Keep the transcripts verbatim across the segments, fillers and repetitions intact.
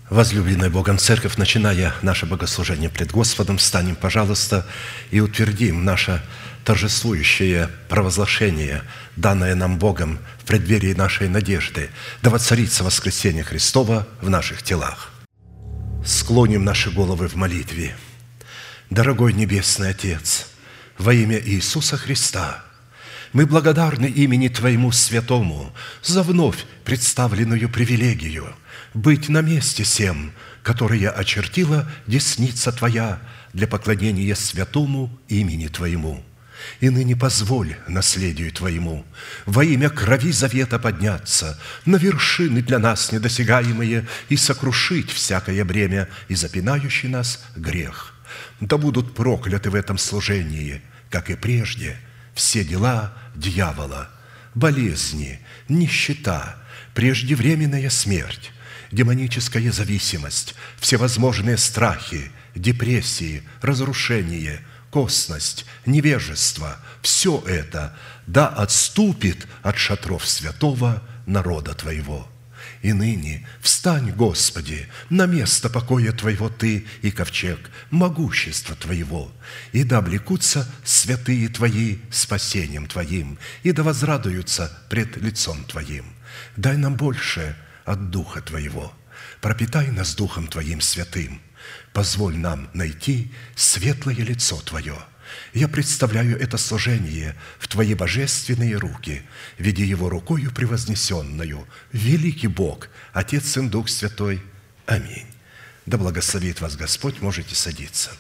Возлюбленная Богом Церковь, начиная наше богослужение пред Господом, встанем, пожалуйста, и утвердим наше торжествующее провозглашение, данное нам Богом в преддверии нашей надежды, да воцарится воскресение Христова в наших телах. Склоним наши головы в молитве. Дорогой Небесный Отец, во имя Иисуса Христа, мы благодарны имени Твоему Святому за вновь представленную привилегию быть на месте сем, которое очертила десница Твоя для поклонения святому имени Твоему. И ныне позволь наследию Твоему во имя крови завета подняться на вершины для нас недосягаемые и сокрушить всякое бремя и запинающий нас грех. Да будут прокляты в этом служении, как и прежде, все дела дьявола, болезни, нищета, преждевременная смерть, демоническая зависимость, всевозможные страхи, депрессии, разрушение, косность, невежество – все это да отступит от шатров святого народа Твоего. И ныне встань, Господи, на место покоя Твоего Ты и ковчег могущества Твоего, и да облекутся святые Твои спасением Твоим, и да возрадуются пред лицом Твоим. Дай нам больше от Духа Твоего, пропитай нас Духом Твоим святым, позволь нам найти светлое лицо Твое. Я представляю это служение в Твои божественные руки, веди его рукою превознесенную, великий Бог, Отец, Сын, Дух Святой. Аминь. Да благословит вас Господь, можете садиться.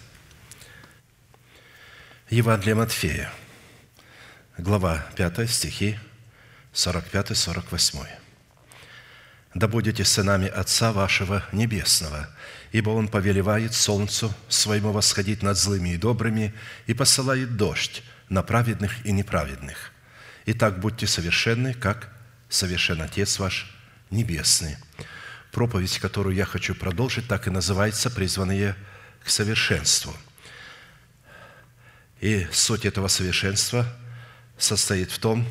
Евангелие Матфея, глава пятая, стихи сорок пять - сорок восемь. «Да будете сынами Отца вашего Небесного, ибо Он повелевает солнцу своему восходить над злыми и добрыми и посылает дождь на праведных и неправедных. Итак, будьте совершенны, как совершен Отец ваш Небесный». Проповедь, которую я хочу продолжить, так и называется «Призванные к совершенству». И суть этого совершенства состоит в том,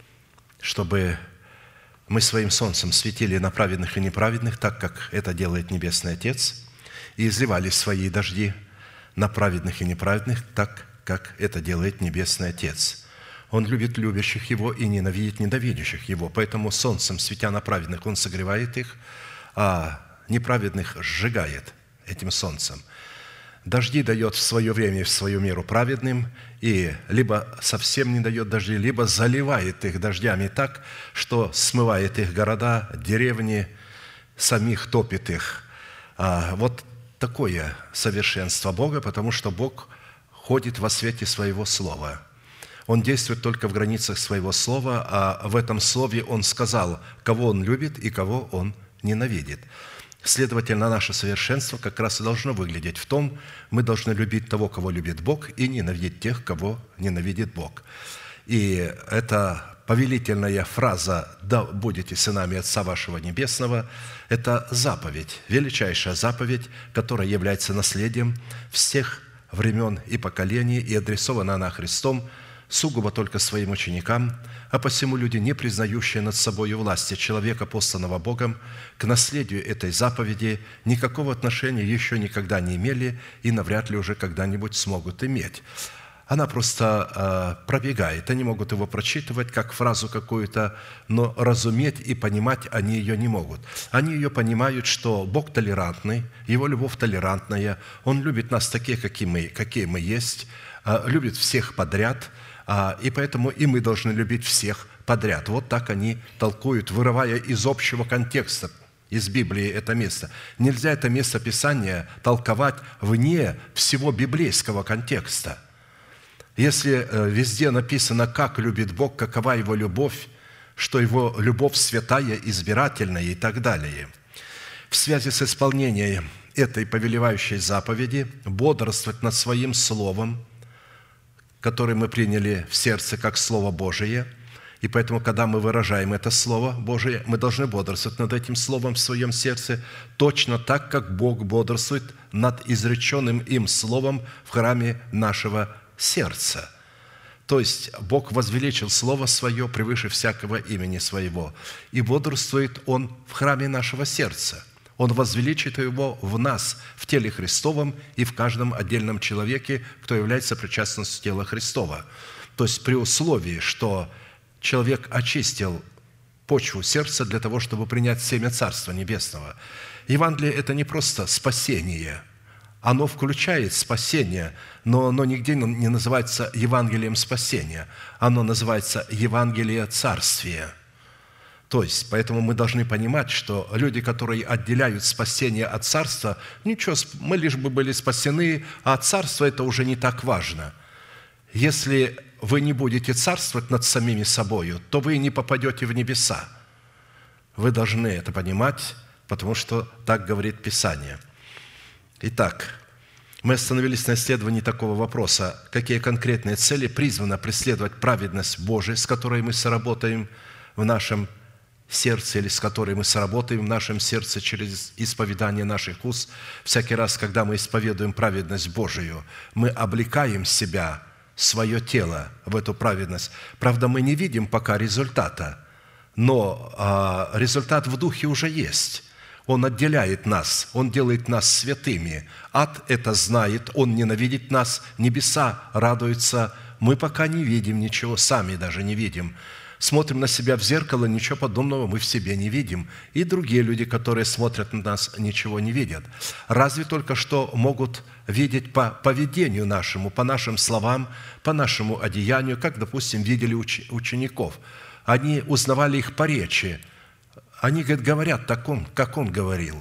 чтобы мы своим солнцем светили на праведных и неправедных, так как это делает Небесный Отец, и изливали свои дожди на праведных и неправедных, так как это делает Небесный Отец. Он любит любящих Его и ненавидит ненавидящих Его, поэтому солнцем, светя на праведных, Он согревает их, а неправедных сжигает этим солнцем. Дожди дает в свое время и в свою меру праведным, и либо совсем не дает дожди, либо заливает их дождями так, что смывает их города, деревни, самих топит их. А вот такое совершенство Бога, потому что Бог ходит во свете Своего Слова. Он действует только в границах Своего Слова, а в этом Слове Он сказал, кого Он любит и кого Он ненавидит. Следовательно, наше совершенство как раз и должно выглядеть в том, мы должны любить того, кого любит Бог, и ненавидеть тех, кого ненавидит Бог. И эта повелительная фраза «Да будете сынами Отца вашего Небесного» – это заповедь, величайшая заповедь, которая является наследием всех времен и поколений, и адресована она Христом сугубо только своим ученикам, а посему люди, не признающие над собою власти человека, посланного Богом, к наследию этой заповеди никакого отношения еще никогда не имели и навряд ли уже когда-нибудь смогут иметь. Она просто э, пробегает, они могут его прочитывать как фразу какую-то, но разуметь и понимать они ее не могут. Они ее понимают, что Бог толерантный, Его любовь толерантная, Он любит нас такие, какие мы, какие мы есть, э, любит всех подряд, и поэтому и мы должны любить всех подряд. Вот так они толкуют, вырывая из общего контекста, из Библии это место. Нельзя это место Писания толковать вне всего библейского контекста. Если везде написано, как любит Бог, какова Его любовь, что Его любовь святая, избирательная и так далее. В связи с исполнением этой повелевающей заповеди бодрствовать над Своим Словом, который мы приняли в сердце как Слово Божие, и поэтому, когда мы выражаем это Слово Божие, мы должны бодрствовать над этим Словом в своем сердце точно так, как Бог бодрствует над изреченным им Словом в храме нашего сердца. То есть Бог возвеличил Слово Свое превыше всякого имени Своего, и бодрствует Он в храме нашего сердца. Он возвеличит его в нас, в теле Христовом и в каждом отдельном человеке, кто является причастностью тела Христова. То есть при условии, что человек очистил почву сердца для того, чтобы принять семя Царства Небесного. Евангелие – это не просто спасение. Оно включает спасение, но оно нигде не называется Евангелием спасения. Оно называется Евангелие Царствия. То есть, поэтому мы должны понимать, что люди, которые отделяют спасение от царства, ничего, мы лишь бы были спасены, а от царства это уже не так важно. Если вы не будете царствовать над самими собою, то вы не попадете в небеса. Вы должны это понимать, потому что так говорит Писание. Итак, мы остановились на исследовании такого вопроса: какие конкретные цели призвано преследовать праведность Божия, с которой мы соработаем в нашем сердце, или с которой мы сработаем в нашем сердце через исповедание наших уст. Всякий раз, когда мы исповедуем праведность Божию, мы облекаем себя, свое тело в эту праведность. Правда, мы не видим пока результата, но а, результат в духе уже есть. Он отделяет нас, Он делает нас святыми. Ад это знает, он ненавидит нас, небеса радуются. Мы пока не видим ничего, сами даже не видим. Смотрим на себя в зеркало, ничего подобного мы в себе не видим. И другие люди, которые смотрят на нас, ничего не видят. Разве только что могут видеть по поведению нашему, по нашим словам, по нашему одеянию, как, допустим, видели уч- учеников. Они узнавали их по речи. Они, говорят, говорят так он, как Он говорил.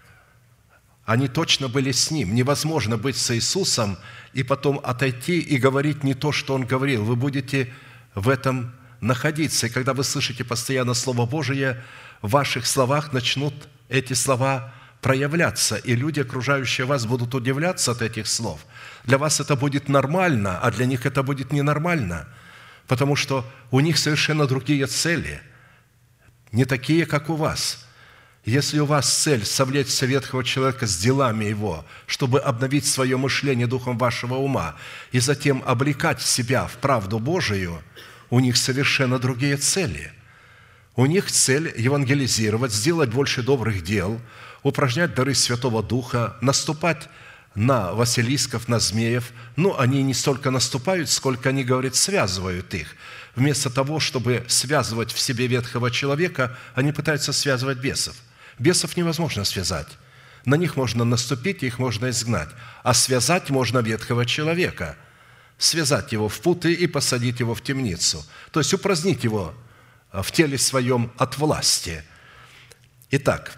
Они точно были с Ним. Невозможно быть с Иисусом и потом отойти и говорить не то, что Он говорил. Вы будете в этом находиться. И когда вы слышите постоянно Слово Божие, в ваших словах начнут эти слова проявляться, и люди, окружающие вас, будут удивляться от этих слов. Для вас это будет нормально, а для них это будет ненормально, потому что у них совершенно другие цели, не такие, как у вас. Если у вас цель совлечь ветхого человека с делами его, чтобы обновить свое мышление духом вашего ума и затем облекать себя в правду Божию, у них совершенно другие цели. У них цель евангелизировать, сделать больше добрых дел, упражнять дары Святого Духа, наступать на василисков, на змеев. Но они не столько наступают, сколько они, говорят, связывают их. Вместо того, чтобы связывать в себе ветхого человека, они пытаются связывать бесов. Бесов невозможно связать. На них можно наступить, их можно изгнать. А связать можно ветхого человека – связать его в путы и посадить его в темницу. То есть упразднить его в теле своем от власти. Итак,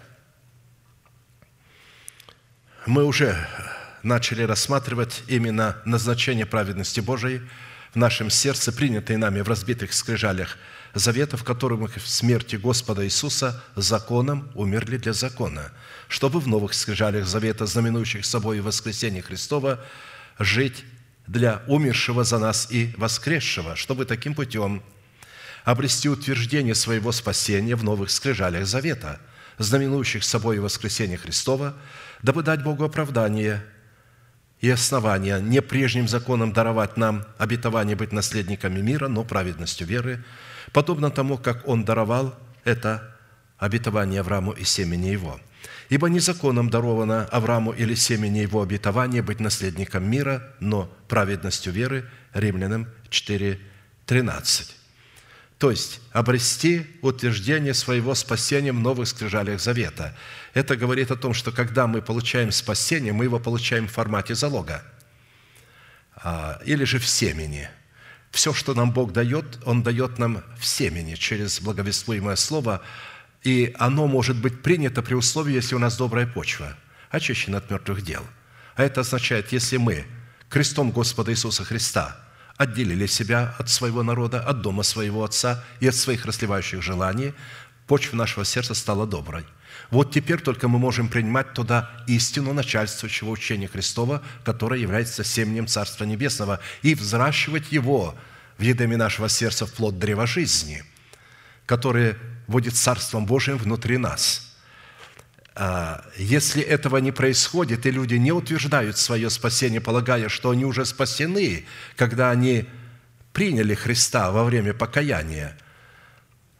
мы уже начали рассматривать именно назначение праведности Божией в нашем сердце, принятые нами в разбитых скрижалях завета, в котором мы в смерти Господа Иисуса законом умерли для закона, чтобы в новых скрижалях завета, знаменующих собой воскресение Христова, жить для умершего за нас и воскресшего, чтобы таким путем обрести утверждение своего спасения в новых скрижалях завета, знаменующих собой воскресение Христова, дабы дать Богу оправдание и основания не прежним законом даровать нам обетование быть наследниками мира, но праведностью веры, подобно тому, как Он даровал это обетование Аврааму и семени его. Ибо не законом даровано Аврааму или семени его обетование быть наследником мира, но праведностью веры. Римлянам четыре тринадцать. То есть, обрести утверждение своего спасения в новых скрижалях завета. Это говорит о том, что когда мы получаем спасение, мы его получаем в формате залога или же в семени. Все, что нам Бог дает, Он дает нам в семени через благовествуемое слово, и оно может быть принято при условии, если у нас добрая почва, очищена от мертвых дел. А это означает, если мы крестом Господа Иисуса Христа отделили себя от своего народа, от дома своего Отца и от своих расливающих желаний, почва нашего сердца стала доброй. Вот теперь только мы можем принимать туда истину начальствующего учения Христова, которое является семенем Царства Небесного, и взращивать его в едеме нашего сердца в плод древа жизни, которое будет Царством Божиим внутри нас. Если этого не происходит, и люди не утверждают свое спасение, полагая, что они уже спасены, когда они приняли Христа во время покаяния,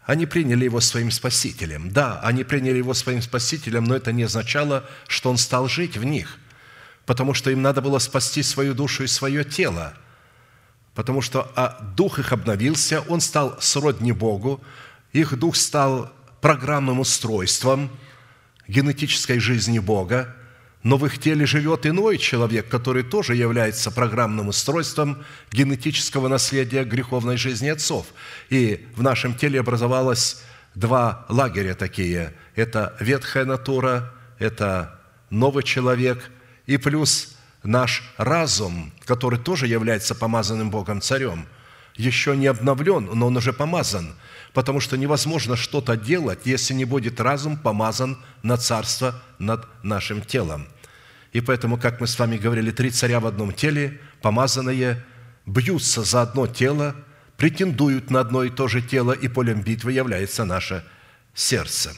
Они приняли Его своим Спасителем. Да, они приняли Его своим Спасителем, но это не означало, что Он стал жить в них, потому что им надо было спасти свою душу и свое тело, потому что а, дух их обновился, он стал сродни Богу, их дух стал программным устройством генетической жизни Бога, но в их теле живет иной человек, который тоже является программным устройством генетического наследия греховной жизни отцов. И в нашем теле образовалось два лагеря такие. Это ветхая натура, это новый человек, и плюс наш разум, который тоже является помазанным Богом царем, еще не обновлен, но он уже помазан, потому что невозможно что-то делать, если не будет разум помазан на царство над нашим телом. И поэтому, как мы с вами говорили, три царя в одном теле, помазанные, бьются за одно тело, претендуют на одно и то же тело, и полем битвы является наше сердце.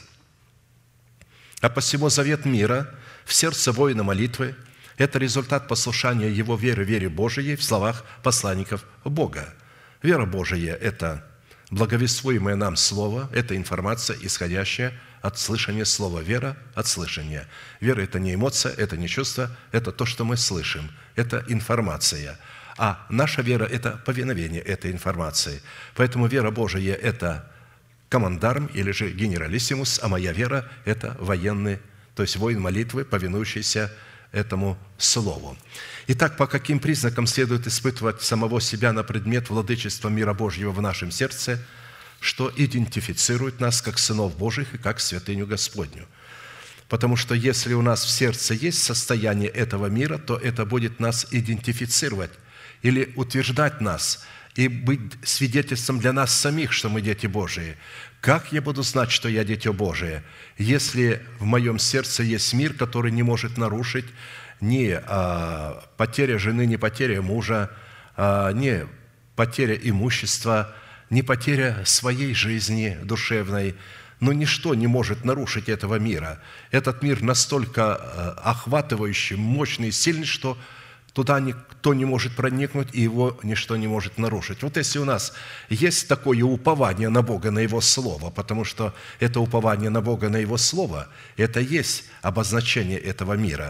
А посему завет мира в сердце воина молитвы – это результат послушания его веры, вере Божией в словах посланников Бога. Вера Божия – это благовествуемое нам Слово, это информация, исходящая от слышания слова. Вера от слышания. Вера – это не эмоция, это не чувство, это то, что мы слышим, это информация. А наша вера – это повиновение этой информации. Поэтому вера Божия – это командарм или же генералиссимус, а моя вера – это военный, то есть воин молитвы, повинующийся этому слову. Итак, по каким признакам следует испытывать самого себя на предмет владычества мира Божьего в нашем сердце, что идентифицирует нас как сынов Божьих и как святыню Господню? Потому что если у нас в сердце есть состояние этого мира, то это будет нас идентифицировать или утверждать нас и быть свидетельством для нас самих, что мы дети Божии. Как я буду знать, что я дитя Божие, если в моем сердце есть мир, который не может нарушить ни а, потеря жены, ни потеря мужа, а, ни потеря имущества, ни потеря своей жизни душевной, но ничто не может нарушить этого мира. Этот мир настолько охватывающий, мощный, сильный, что туда никто не может проникнуть, и его ничто не может нарушить. Вот если у нас есть такое упование на Бога, на Его Слово, потому что это упование на Бога, на Его Слово, это есть обозначение этого мира,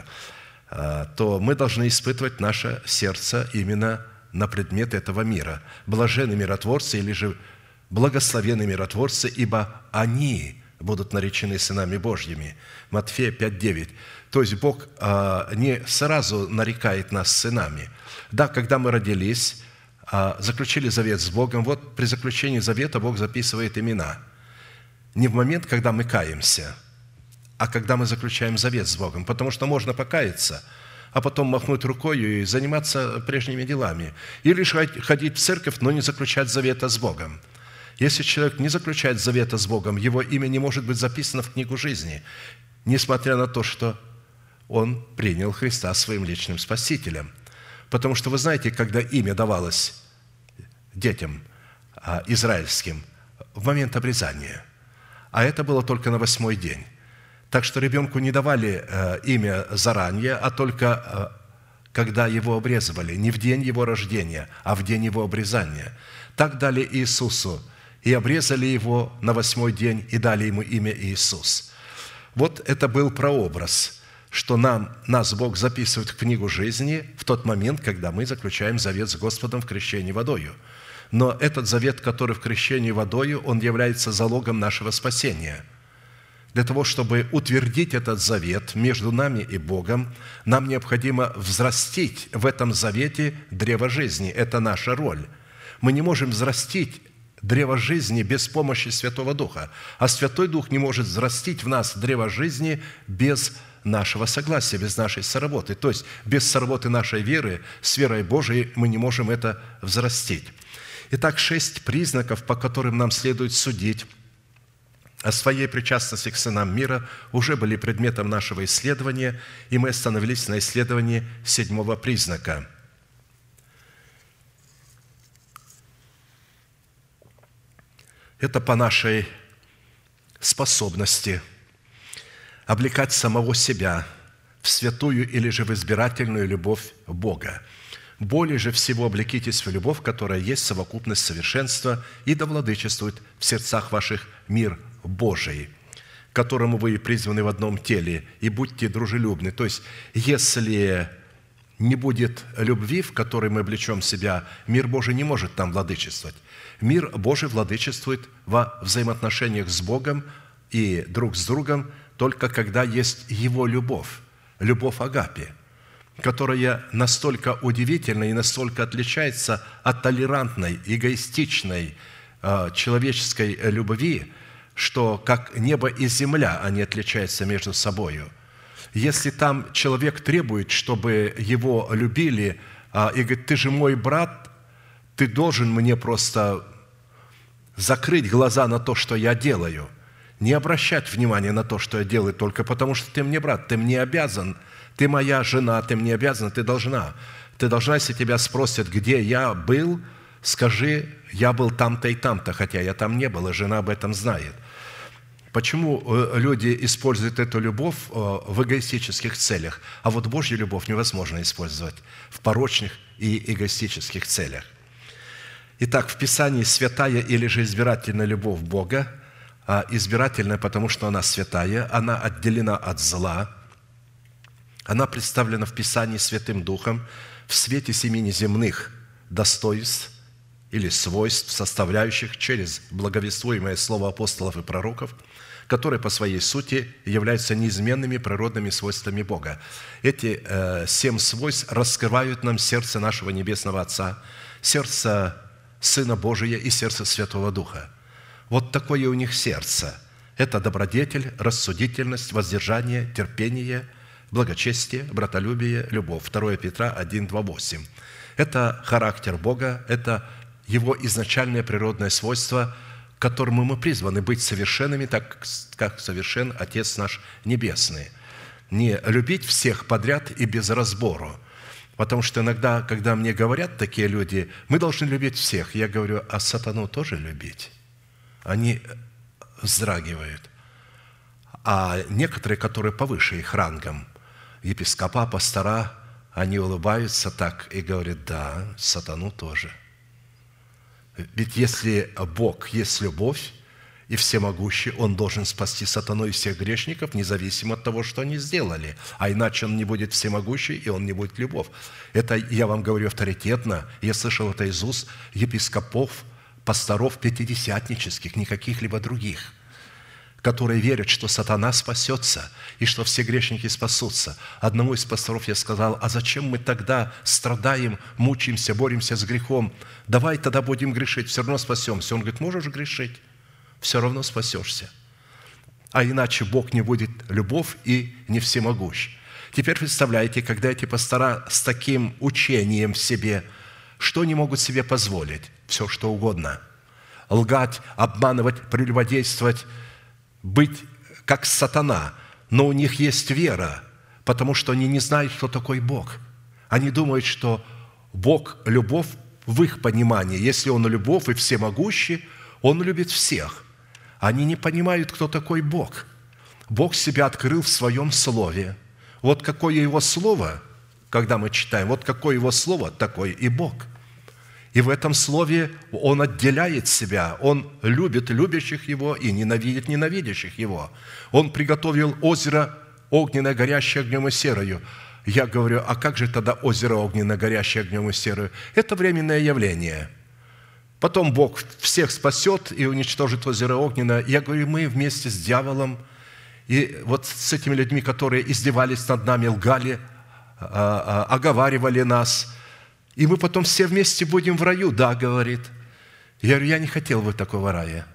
то мы должны испытывать наше сердце именно на предмет этого мира. Блаженны миротворцы или же благословенны миротворцы, ибо они будут наречены сынами Божьими. Матфея пять девять. То есть Бог а, не сразу нарекает нас сынами. Да, когда мы родились, а, заключили завет с Богом, вот при заключении завета Бог записывает имена. Не в момент, когда мы каемся, а когда мы заключаем завет с Богом. Потому что можно покаяться, а потом махнуть рукой и заниматься прежними делами. Или ходить в церковь, но не заключать завета с Богом. Если человек не заключает завета с Богом, его имя не может быть записано в книгу жизни, несмотря на то, что он принял Христа своим личным Спасителем. Потому что вы знаете, когда имя давалось детям израильским в момент обрезания, а это было только на восьмой день. Так что ребенку не давали имя заранее, а только когда его обрезывали, не в день его рождения, а в день его обрезания. Так дали Иисусу, и обрезали его на восьмой день, и дали ему имя Иисус. Вот это был прообраз, что нам, нас Бог записывает в книгу жизни в тот момент, когда мы заключаем завет с Господом в крещении водою. Но этот завет, который в крещении водою, он является залогом нашего спасения. Для того, чтобы утвердить этот завет между нами и Богом, нам необходимо взрастить в этом завете древо жизни. Это наша роль. Мы не можем взрастить древо жизни без помощи Святого Духа, а Святой Дух не может взрастить в нас древо жизни без нашего согласия, без нашей соработы. То есть без соработы нашей веры с верой Божией мы не можем это взрастить. Итак, шесть признаков, по которым нам следует судить о своей причастности к сынам мира, уже были предметом нашего исследования, и мы остановились на исследовании седьмого признака. Это по нашей способности облекать самого себя в святую или же в избирательную любовь Бога. Более же всего облекитесь в любовь, которая есть совокупность совершенства, и да владычествует в сердцах ваших мир Божий, к которому вы призваны в одном теле, и будьте дружелюбны». То есть, если не будет любви, в которой мы облечем себя, мир Божий не может там владычествовать. Мир Божий владычествует во взаимоотношениях с Богом и друг с другом только когда есть Его любовь, любовь агапе, которая настолько удивительна и настолько отличается от толерантной, эгоистичной, человеческой любви, что как небо и земля они отличаются между собою. Если там человек требует, чтобы его любили, и говорит: «Ты же мой брат, ты должен мне просто закрыть глаза на то, что я делаю, не обращать внимания на то, что я делаю, только потому что ты мне брат, ты мне обязан, ты моя жена, ты мне обязана, ты должна. Ты должна, если тебя спросят, где я был, скажи: я был там-то и там-то, хотя я там не был, и жена об этом знает». Почему люди используют эту любовь в эгоистических целях, а вот Божью любовь невозможно использовать в порочных и эгоистических целях? Итак, в Писании святая или же избирательная любовь Бога, избирательная, потому что она святая, она отделена от зла, она представлена в Писании Святым Духом в свете семи неземных достоинств или свойств, составляющих через благовествуемое слово апостолов и пророков, которые по своей сути являются неизменными природными свойствами Бога. Эти э, семь свойств раскрывают нам сердце нашего Небесного Отца, сердце Сына Божия и сердце Святого Духа. Вот такое у них сердце. Это добродетель, рассудительность, воздержание, терпение, благочестие, братолюбие, любовь. второе Петра один, два, восемь. Это характер Бога, это Его изначальное природное свойство, к которому мы призваны быть совершенными, так как совершен Отец наш Небесный. Не любить всех подряд и без разбору. Потому что иногда, когда мне говорят такие люди: мы должны любить всех, я говорю: а сатану тоже любить? Они вздрагивают. А некоторые, которые повыше их рангом, епископа, пастора, они улыбаются так и говорят: да, сатану тоже. Ведь если Бог есть любовь и всемогущий, Он должен спасти сатану и всех грешников, независимо от того, что они сделали. А иначе Он не будет всемогущий, и Он не будет любовь. Это я вам говорю авторитетно. Я слышал это из уст епископов, пасторов пятидесятнических, не каких-либо других, которые верят, что сатана спасется и что все грешники спасутся. Одному из пасторов я сказал: а зачем мы тогда страдаем, мучаемся, боремся с грехом? Давай тогда будем грешить, все равно спасемся. Он говорит: можешь грешить, все равно спасешься. А иначе Бог не будет любовь и не всемогущ. Теперь представляете, когда эти пастора с таким учением в себе, что они могут себе позволить? Все, что угодно. Лгать, обманывать, прелюбодействовать, быть как сатана, но у них есть вера, потому что они не знают, кто такой Бог. Они думают, что Бог – любовь в их понимании. Если Он любовь и всемогущий, Он любит всех. Они не понимают, кто такой Бог. Бог себя открыл в Своем Слове. Вот какое Его Слово, когда мы читаем, вот какое Его Слово, такой и Бог. И в этом Слове Он отделяет себя, Он любит любящих Его и ненавидит ненавидящих Его. Он приготовил озеро огненное, горящее огнем и серою. Я говорю: а как же тогда озеро огненное, горящее огнем и серою? Это временное явление. Потом Бог всех спасет и уничтожит озеро огненное. Я говорю: мы вместе с дьяволом и вот с этими людьми, которые издевались над нами, лгали, оговаривали нас, и мы потом все вместе будем в раю. Да, говорит. Я говорю: я не хотел бы такого рая.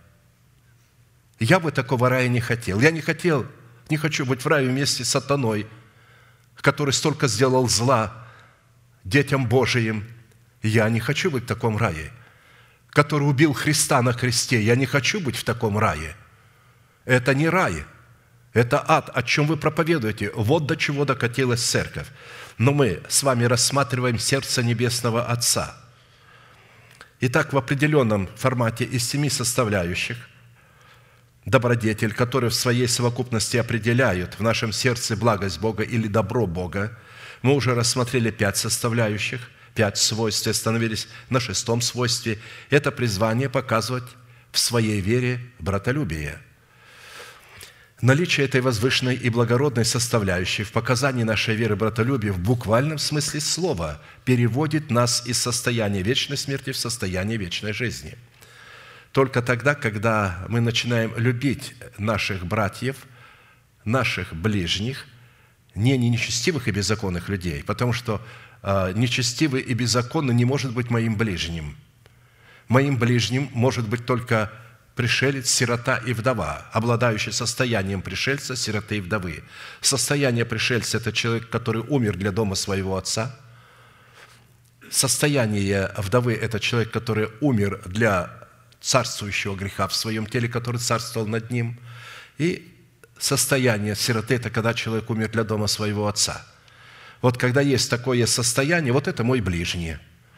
Я бы такого рая не хотел. Я не хотел, не хочу быть в раю вместе с сатаной, который столько сделал зла детям Божиим. Я не хочу быть в таком рае. Который убил Христа на кресте. Я не хочу быть в таком рае. Это не рай. Это ад, о чем вы проповедуете. Вот до чего докатилась церковь. Но мы с вами рассматриваем сердце Небесного Отца. Итак, в определенном формате из семи составляющих добродетель, которые в своей совокупности определяют в нашем сердце благость Бога или добро Бога, мы уже рассмотрели пять составляющих. пять свойств, и остановились на шестом свойстве. Это призвание показывать в своей вере братолюбие. Наличие этой возвышенной и благородной составляющей в показании нашей веры братолюбия в буквальном смысле слова переводит нас из состояния вечной смерти в состояние вечной жизни. Только тогда, когда мы начинаем любить наших братьев, наших ближних, не нечестивых и беззаконных людей, потому что э, нечестивый и беззаконный не может быть моим ближним. Моим ближним может быть только пришелец, сирота и вдова, обладающий состоянием пришельца, сироты и вдовы. Состояние пришельца – это человек, который умер для дома своего отца. Состояние вдовы – это человек, который умер для царствующего греха в своем теле, который царствовал над ним. И состояние сироты – это когда человек умер для дома своего отца. Вот когда есть такое состояние, вот это мой ближний.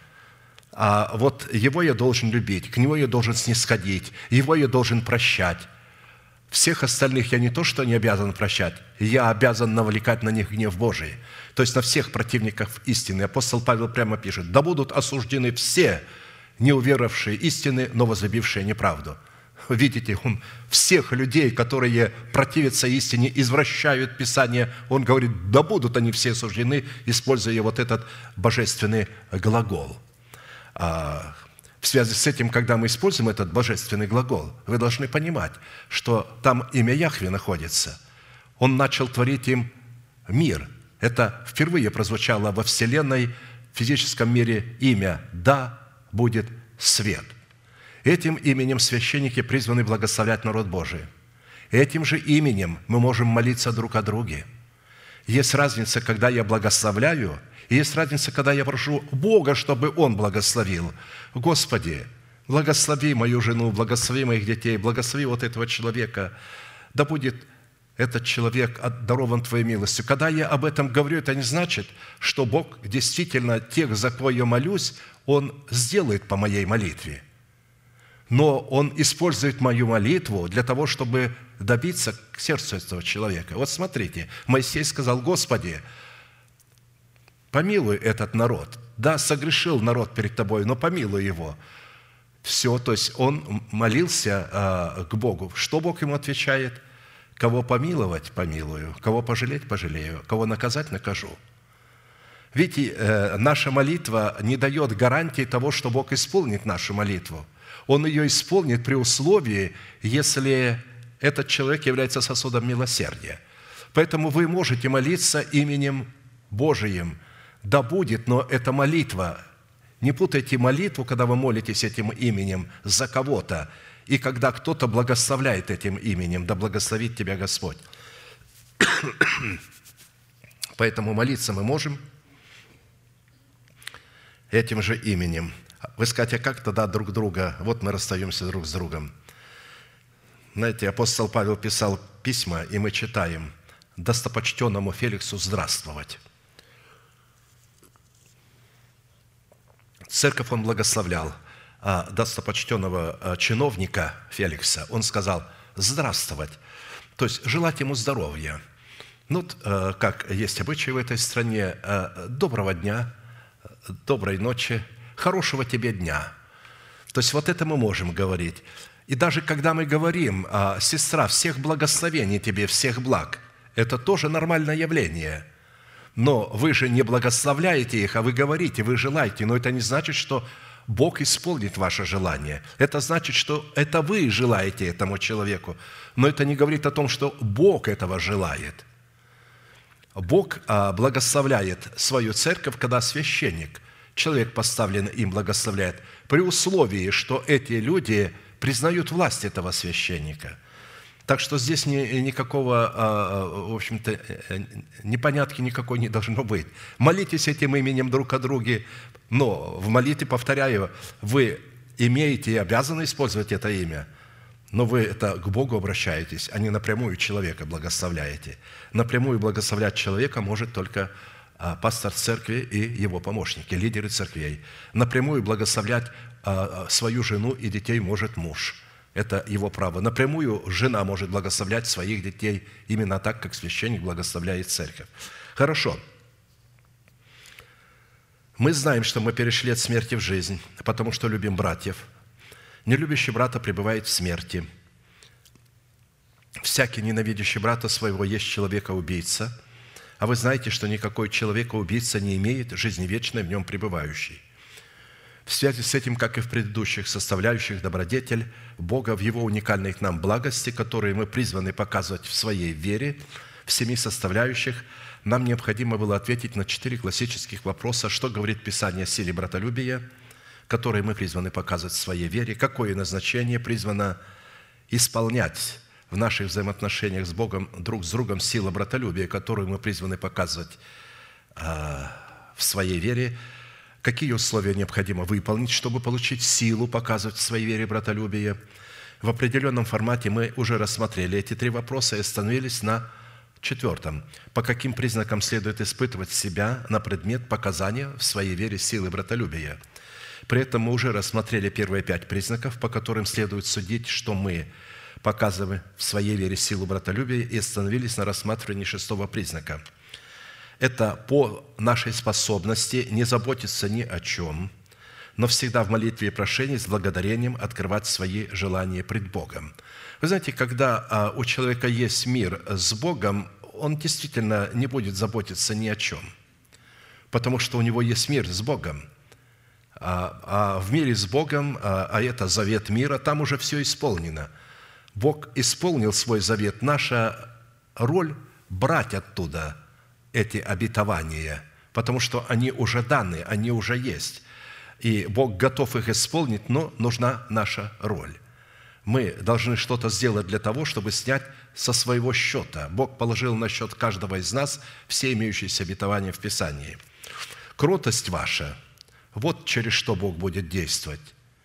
А вот его я должен любить, к нему я должен снисходить, его я должен прощать. Всех остальных я не то, что не обязан прощать, я обязан навлекать на них гнев Божий. То есть на всех противников истины. Апостол Павел прямо пишет: «Да будут осуждены все, не уверовавшие истины, но возлюбившие неправду». Видите, он всех людей, которые противятся истине, извращают Писание, он говорит: да будут они все осуждены, используя вот этот божественный глагол. В связи с этим, когда мы используем этот божественный глагол, вы должны понимать, что там имя Яхве находится. Он начал творить им мир. Это впервые прозвучало во Вселенной, в физическом мире имя «Да будет свет». Этим именем священники призваны благословлять народ Божий. Этим же именем мы можем молиться друг о друге. Есть разница, когда я благословляю, и есть разница, когда я прошу Бога, чтобы Он благословил. Господи, благослови мою жену, благослови моих детей, благослови вот этого человека. Да будет этот человек дарован Твоей милостью. Когда я об этом говорю, это не значит, что Бог действительно тех, за кого я молюсь, Он сделает по моей молитве. Но Он использует мою молитву для того, чтобы добиться к сердцу этого человека. Вот смотрите, Моисей сказал: «Господи, помилуй этот народ. Да, согрешил народ перед Тобой, но помилуй его». Все, то есть он молился а, к Богу. Что Бог ему отвечает? «Кого помиловать – помилую, кого пожалеть – пожалею, кого наказать – накажу». Видите, э, наша молитва не дает гарантии того, что Бог исполнит нашу молитву. Он ее исполнит при условии, если этот человек является сосудом милосердия. Поэтому вы можете молиться именем Божиим. Да будет, но это молитва. Не путайте молитву, когда вы молитесь этим именем за кого-то, и когда кто-то благословляет этим именем. Да благословит тебя Господь. Поэтому молиться мы можем этим же именем. Вы скажете: а как тогда друг друга? Вот мы расстаемся друг с другом. Знаете, апостол Павел писал письма, и мы читаем: «Достопочтенному Феликсу здравствовать». Церковь он благословлял, а достопочтенного чиновника Феликса он сказал: здравствовать, то есть желать ему здоровья. Ну, как есть обычай в этой стране: доброго дня, доброй ночи, хорошего тебе дня. То есть вот это мы можем говорить. И даже когда мы говорим: сестра, всех благословений тебе, всех благ, это тоже нормальное явление. Но вы же не благословляете их, а вы говорите, вы желаете. Но это не значит, что Бог исполнит ваше желание. Это значит, что это вы желаете этому человеку. Но это не говорит о том, что Бог этого желает. Бог благословляет свою церковь, когда священник, человек, поставленный им, благословляет, при условии, что эти люди признают власть этого священника. Так что здесь ни, никакого, в общем-то, непонятки никакой не должно быть. Молитесь этим именем друг о друге, но в молитве, повторяю, вы имеете и обязаны использовать это имя, но вы это к Богу обращаетесь, а не напрямую человека благословляете. Напрямую благословлять человека может только пастор церкви и его помощники, лидеры церквей. Напрямую благословлять свою жену и детей может муж. Это его право. Напрямую жена может благословлять своих детей именно так, как священник благословляет церковь. Хорошо. Мы знаем, что мы перешли от смерти в жизнь, потому что любим братьев. Нелюбящий брата пребывает в смерти. Всякий, ненавидящий брата своего, есть человека-убийца. А вы знаете, что никакой человека-убийца не имеет жизни вечной в нем пребывающей. В связи с этим, как и в предыдущих составляющих добродетель Бога в Его уникальной к нам благости, которые мы призваны показывать в своей вере, в семи составляющих, нам необходимо было ответить на четыре классических вопроса: что говорит Писание о силе братолюбия, которые мы призваны показывать в своей вере, какое назначение призвано исполнять в наших взаимоотношениях с Богом друг с другом сила братолюбия, которую мы призваны показывать э, в своей вере, какие условия необходимо выполнить, чтобы получить силу показывать в своей вере братолюбие. В определенном формате мы уже рассмотрели эти три вопроса и остановились на четвертом. По каким признакам следует испытывать себя на предмет показания в своей вере силы братолюбия? При этом мы уже рассмотрели первые пять признаков, по которым следует судить, что мы показываем в своей вере силу братолюбия, и остановились на рассматривании шестого признака. Это по нашей способности не заботиться ни о чем, но всегда в молитве и прошении с благодарением открывать свои желания пред Богом. Вы знаете, когда у человека есть мир с Богом, он действительно не будет заботиться ни о чем, потому что у него есть мир с Богом. А в мире с Богом, а это завет мира, там уже все исполнено. Бог исполнил свой завет. Наша роль – брать оттуда эти обетования, потому что они уже даны, они уже есть. И Бог готов их исполнить, но нужна наша роль. Мы должны что-то сделать для того, чтобы снять со своего счета. Бог положил на счет каждого из нас все имеющиеся обетования в Писании. Кротость ваша – вот через что Бог будет действовать.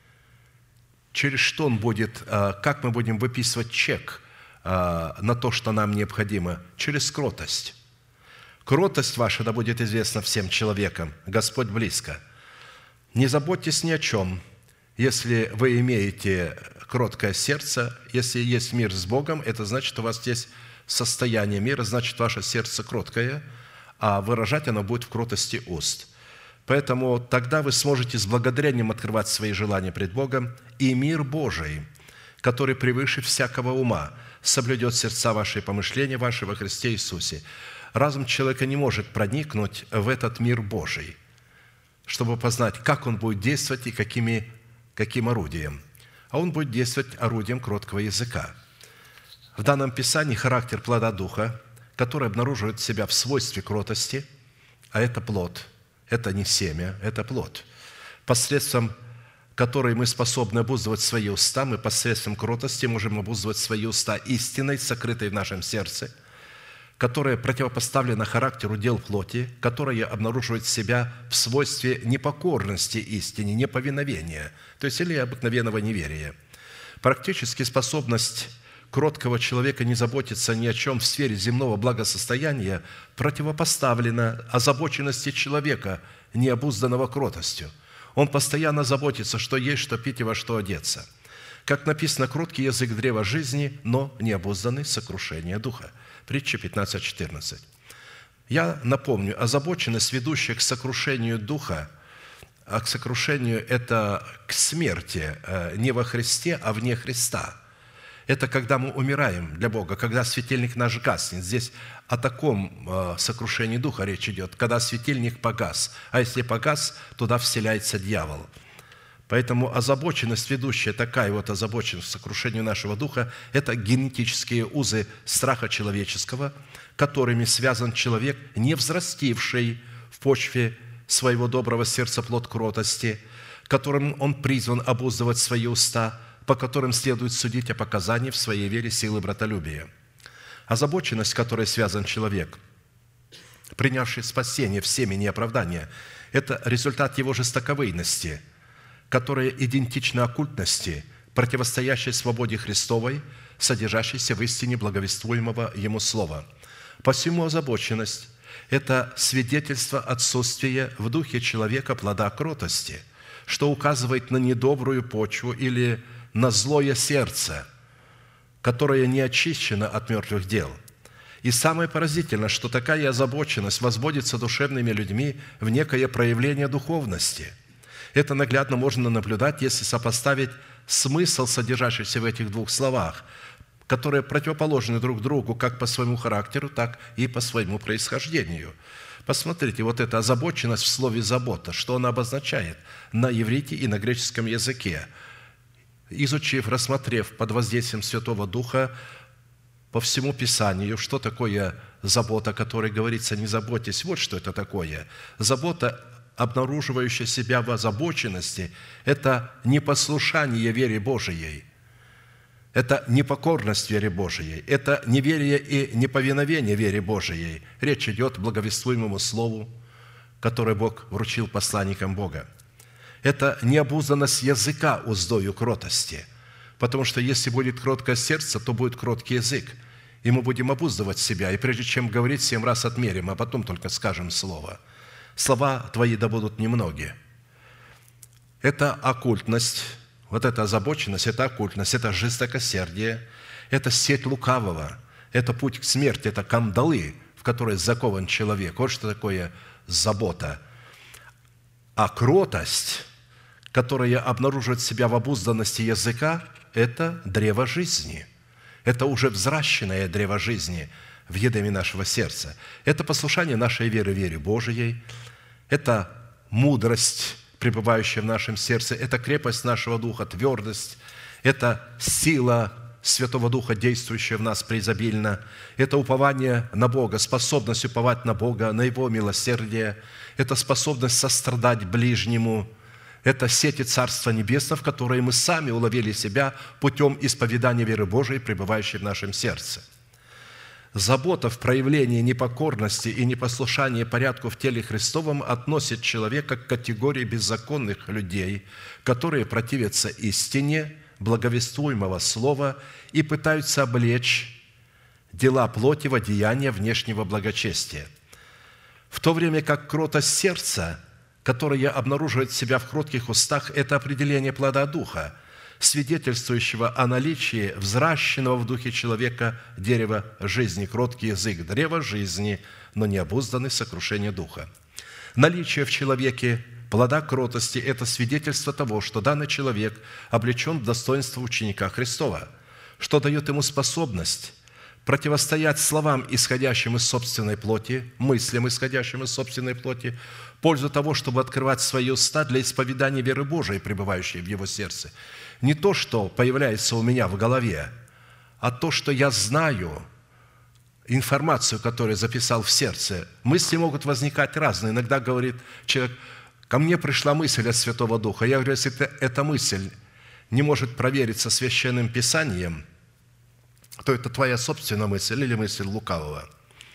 Через что Он будет, как мы будем выписывать чек на то, что нам необходимо? Через кротость. Кротость ваша да будет известна всем человекам. Господь близко. Не заботьтесь ни о чем. Если вы имеете кроткое сердце, если есть мир с Богом, это значит, у вас есть состояние мира, значит, ваше сердце кроткое, а выражать оно будет в кротости уст. Поэтому тогда вы сможете с благодарением открывать свои желания пред Богом, и мир Божий, который превыше всякого ума, соблюдет сердца ваши и помышления ваши во Христе Иисусе. Разум человека не может проникнуть в этот мир Божий, чтобы познать, как он будет действовать и какими, каким орудием. А он будет действовать орудием кроткого языка. В данном Писании характер плода Духа, который обнаруживает себя в свойстве кротости, а это плод – это не семя, это плод, посредством которой мы способны обуздывать свои уста, мы посредством кротости можем обуздывать свои уста истиной, сокрытой в нашем сердце, которая противопоставлена характеру дел плоти, которая обнаруживает себя в свойстве непокорности истине, неповиновения, то есть или обыкновенного неверия. Практически способность кроткого человека не заботиться ни о чем в сфере земного благосостояния противопоставлена озабоченности человека, необузданного кротостью. Он постоянно заботится, что есть, что пить и во что одеться. Как написано, кроткий язык древа жизни, но необузданный сокрушение духа. Притча пятнадцать четырнадцать. Я напомню, озабоченность, ведущая к сокрушению духа, а к сокрушению – это к смерти не во Христе, а вне Христа. Это когда мы умираем для Бога, когда светильник наш гаснет. Здесь о таком сокрушении духа речь идет, когда светильник погас. А если погас, туда вселяется дьявол. Поэтому озабоченность, ведущая такая вот озабоченность к сокрушению нашего духа, это генетические узы страха человеческого, которыми связан человек, не взрастивший в почве своего доброго сердца плод кротости, которым он призван обуздывать свои уста, по которым следует судить о показании в своей вере силы братолюбия. Озабоченность, с которой связан человек, принявший спасение в семени оправдания, это результат его жестоковыйности, которая идентична оккультности, противостоящей свободе Христовой, содержащейся в истине благовествуемого Ему Слова. Посему озабоченность – это свидетельство отсутствия в духе человека плода кротости, что указывает на недобрую почву или на злое сердце, которое не очищено от мертвых дел. И самое поразительное, что такая озабоченность возводится душевными людьми в некое проявление духовности. Это наглядно можно наблюдать, если сопоставить смысл, содержащийся в этих двух словах, которые противоположны друг другу как по своему характеру, так и по своему происхождению. Посмотрите, вот эта озабоченность в слове «забота», что она обозначает на иврите и на греческом языке. Изучив, рассмотрев под воздействием Святого Духа по всему Писанию, что такое забота, о которой говорится «не заботьтесь», вот что это такое. Забота, обнаруживающая себя в озабоченности, это непослушание вере Божией, это непокорность вере Божией, это неверие и неповиновение вере Божией. Речь идет о благовествуемому Слову, которое Бог вручил посланникам Бога. Это необузданность языка уздою кротости, потому что если будет кроткое сердце, то будет кроткий язык, и мы будем обуздывать себя, и прежде чем говорить, семь раз отмерим, а потом только скажем слово. Слова твои да будут немногие. Это оккультность, вот эта озабоченность, это оккультность, это жестокосердие, это сеть лукавого, это путь к смерти, это кандалы, в которые закован человек. Вот что такое забота. А кротость, которая обнаруживает себя в обузданности языка, это древо жизни. Это уже взращенное древо жизни в едеме нашего сердца. Это послушание нашей веры, вере Божией. Это мудрость, пребывающая в нашем сердце. Это крепость нашего духа, твердость. Это сила Святого Духа, действующая в нас преизобильно. Это упование на Бога, способность уповать на Бога, на Его милосердие. Это способность сострадать ближнему. Это сети Царства Небесного, в которые мы сами уловили себя путем исповедания веры Божией, пребывающей в нашем сердце. Забота в проявлении непокорности и непослушания порядку в теле Христовом относит человека к категории беззаконных людей, которые противятся истине благовествуемого слова и пытаются облечь дела плоти в одеяния внешнего благочестия. В то время как кротость сердца, которое обнаруживает себя в кротких устах, это определение плода Духа, свидетельствующего о наличии взращенного в духе человека дерева жизни, кроткий язык, древо жизни, но не обузданный в сокрушении духа. Наличие в человеке плода кротости – это свидетельство того, что данный человек облечен в достоинство ученика Христова, что дает ему способность противостоять словам, исходящим из собственной плоти, мыслям, исходящим из собственной плоти, в пользу того, чтобы открывать свои уста для исповедания веры Божией, пребывающей в его сердце. Не то, что появляется у меня в голове, а то, что я знаю, информацию, которую записал в сердце. Мысли могут возникать разные. Иногда говорит человек: ко мне пришла мысль от Святого Духа. Я говорю, если это, эта мысль не может провериться Священным Писанием, то это твоя собственная мысль или мысль лукавого.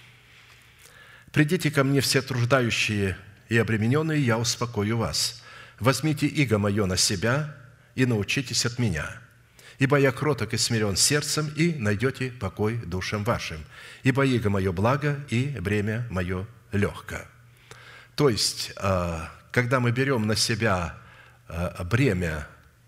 «Придите ко мне все труждающие и обремененные, я успокою вас. Возьмите иго мое на себя и научитесь от меня, ибо я кроток и смирен сердцем, и найдете покой душам вашим. Ибо иго мое благо, и бремя мое легко». То есть, когда мы берем на себя бремя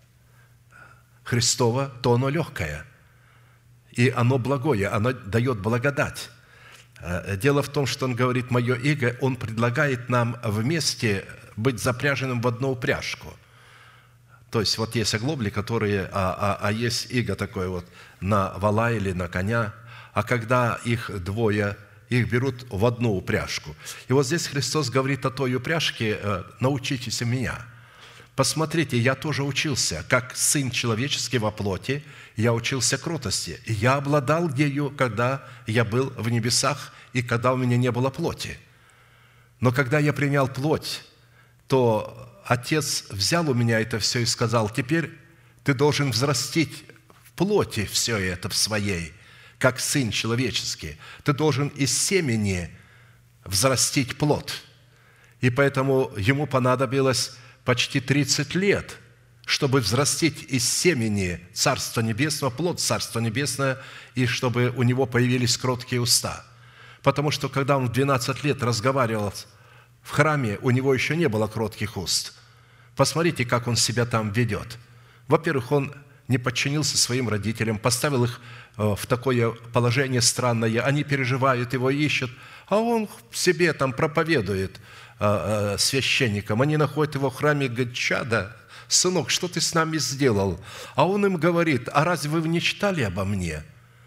Христова, то оно легкое, и оно благое, оно дает благодать. Дело в том, что Он говорит «мое иго», Он предлагает нам вместе быть запряженным в одну упряжку. То есть вот есть оглобли, которые, а, а, а есть иго такое вот на вола или на коня, а когда их двое, их берут в одну упряжку. И вот здесь Христос говорит о той упряжке: «Научитесь у меня». Посмотрите, я тоже учился, как Сын Человеческий во плоти, я учился кротости. Я обладал ею, когда я был в небесах и когда у меня не было плоти. Но когда я принял плоть, то Отец взял у меня это все и сказал: теперь ты должен взрастить в плоти все это в своей, как Сын Человеческий. Ты должен из семени взрастить плод. И поэтому ему понадобилось почти тридцать лет, чтобы взрастить из семени Царства Небесного, плод Царства Небесного, и чтобы у него появились кроткие уста. Потому что, когда он в двенадцать лет разговаривал в храме, у него еще не было кротких уст. Посмотрите, как он себя там ведет. Во-первых, он не подчинился своим родителям, поставил их в такое положение странное, они переживают, его ищут, а он себе там проповедует священникам. Они находят его в храме и говорят: «Чадо, сынок, что ты с нами сделал?» А он им говорит: «А разве вы не читали обо мне?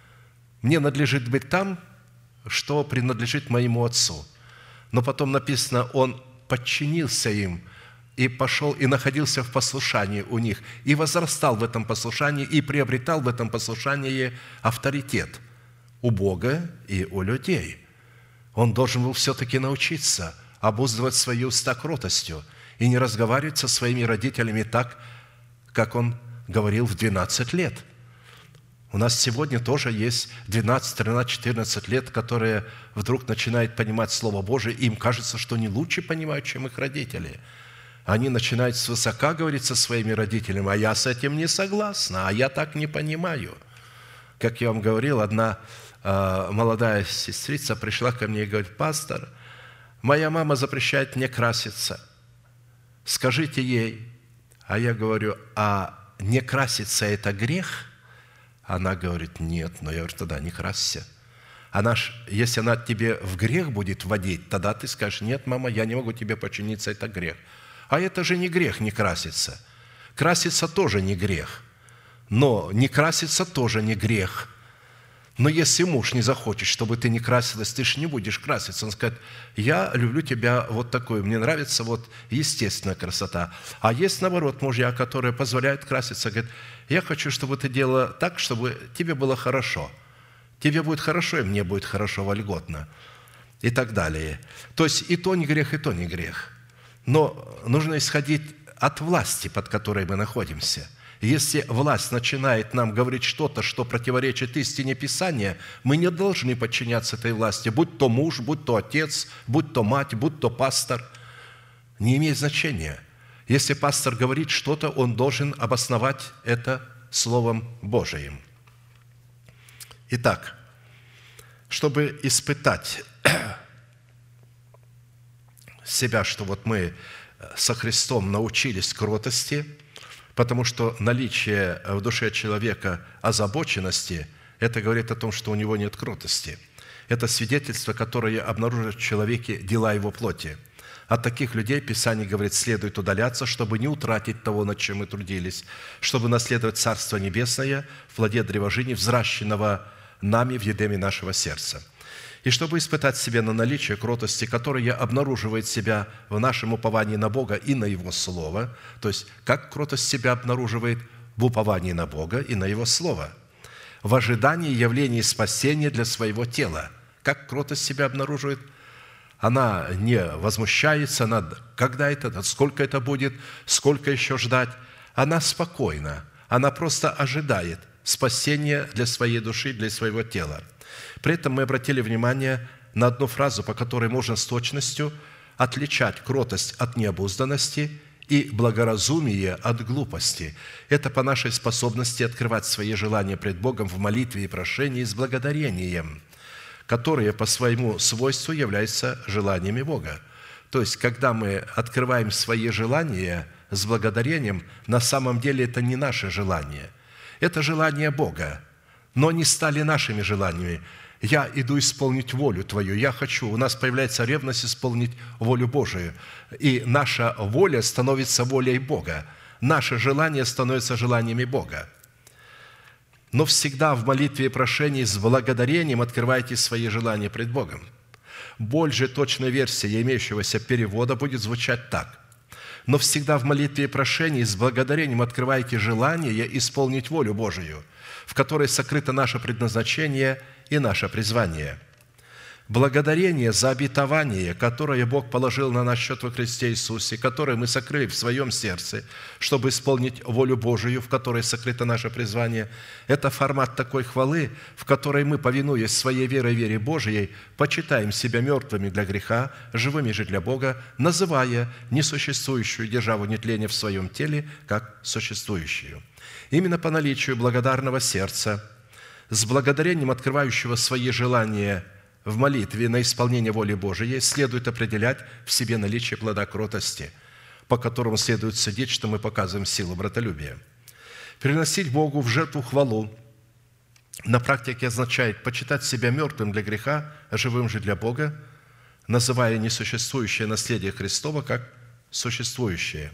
Мне надлежит быть там, что принадлежит моему отцу». Но потом написано, он подчинился им и пошел и находился в послушании у них, и возрастал в этом послушании, и приобретал в этом послушании авторитет у Бога и у людей. Он должен был все-таки научиться обуздывать свои уста кротостью и не разговаривать со своими родителями так, как он говорил в двенадцать лет. У нас сегодня тоже есть двенадцать, тринадцать, четырнадцать лет, которые вдруг начинают понимать Слово Божие, и им кажется, что они лучше понимают, чем их родители. Они начинают свысока говорить со своими родителями: «А я с этим не согласна, а я так не понимаю». Как я вам говорил, одна э, молодая сестрица пришла ко мне и говорит: «Пастор, моя мама запрещает мне краситься. Скажите ей». А я говорю: «А не краситься – это грех?» Она говорит: «Нет». Но я говорю: «Тогда не красься». Она ж, если она тебе в грех будет вводить, тогда ты скажешь: «Нет, мама, я не могу тебе подчиниться, это грех». А это же не грех не краситься. Краситься тоже не грех. Но не краситься тоже не грех. Но если муж не захочет, чтобы ты не красилась, ты же не будешь краситься. Он скажет: «Я люблю тебя вот такой, мне нравится вот естественная красота». А есть, наоборот, мужья, которые позволяют краситься, говорят: «Я хочу, чтобы ты делала так, чтобы тебе было хорошо. Тебе будет хорошо, и мне будет хорошо, вольготно». И так далее. То есть и то не грех, и то не грех. Но нужно исходить от власти, под которой мы находимся. Если власть начинает нам говорить что-то, что противоречит истине Писания, мы не должны подчиняться этой власти, будь то муж, будь то отец, будь то мать, будь то пастор. Не имеет значения. Если пастор говорит что-то, он должен обосновать это Словом Божиим. Итак, чтобы испытать себя, что вот мы со Христом научились кротости, потому что наличие в душе человека озабоченности, это говорит о том, что у него нет кротости. Это свидетельство, которое обнаружит в человеке дела его плоти. От таких людей Писание говорит: следует удаляться, чтобы не утратить того, над чем мы трудились, чтобы наследовать Царство Небесное в плоде древа жизни, взращенного нами в едеме нашего сердца. И чтобы испытать себя на наличие кротости, которая обнаруживает себя в нашем уповании на Бога и на Его Слово, то есть как кротость себя обнаруживает в уповании на Бога и на Его Слово, в ожидании явления спасения для своего тела. Как кротость себя обнаруживает? Она не возмущается, она, когда это, сколько это будет, сколько еще ждать. Она спокойна, она просто ожидает спасения для своей души, для своего тела. При этом мы обратили внимание на одну фразу, по которой можно с точностью отличать кротость от необузданности и благоразумие от глупости. Это по нашей способности открывать свои желания пред Богом в молитве и прошении с благодарением, которые по своему свойству являются желаниями Бога. То есть, когда мы открываем свои желания с благодарением, на самом деле это не наше желание. Это желание Бога, но они стали нашими желаниями. Я иду исполнить волю Твою, я хочу. У нас появляется ревность исполнить волю Божию. И наша воля становится волей Бога. Наше желание становится желаниями Бога. Но всегда в молитве и прошении с благодарением открывайте свои желания пред Богом. Больше точная версия имеющегося перевода будет звучать так: но всегда в молитве и прошении с благодарением открывайте желание исполнить волю Божию, в которой сокрыто наше предназначение и наше призвание. Благодарение за обетование, которое Бог положил на наш счет во Христе Иисусе, которое мы сокрыли в своем сердце, чтобы исполнить волю Божию, в которой сокрыто наше призвание, это формат такой хвалы, в которой мы, повинуясь своей верой, вере Божией, почитаем себя мертвыми для греха, живыми же для Бога, называя несуществующую державу нетления в своем теле как существующую. Именно по наличию благодарного сердца, с благодарением открывающего свои желания в молитве на исполнение воли Божией, следует определять в себе наличие плода кротости, по которому следует судить, что мы показываем силу братолюбия. Приносить Богу в жертву хвалу на практике означает почитать себя мертвым для греха, а живым же для Бога, называя несуществующее наследие Христова как существующее.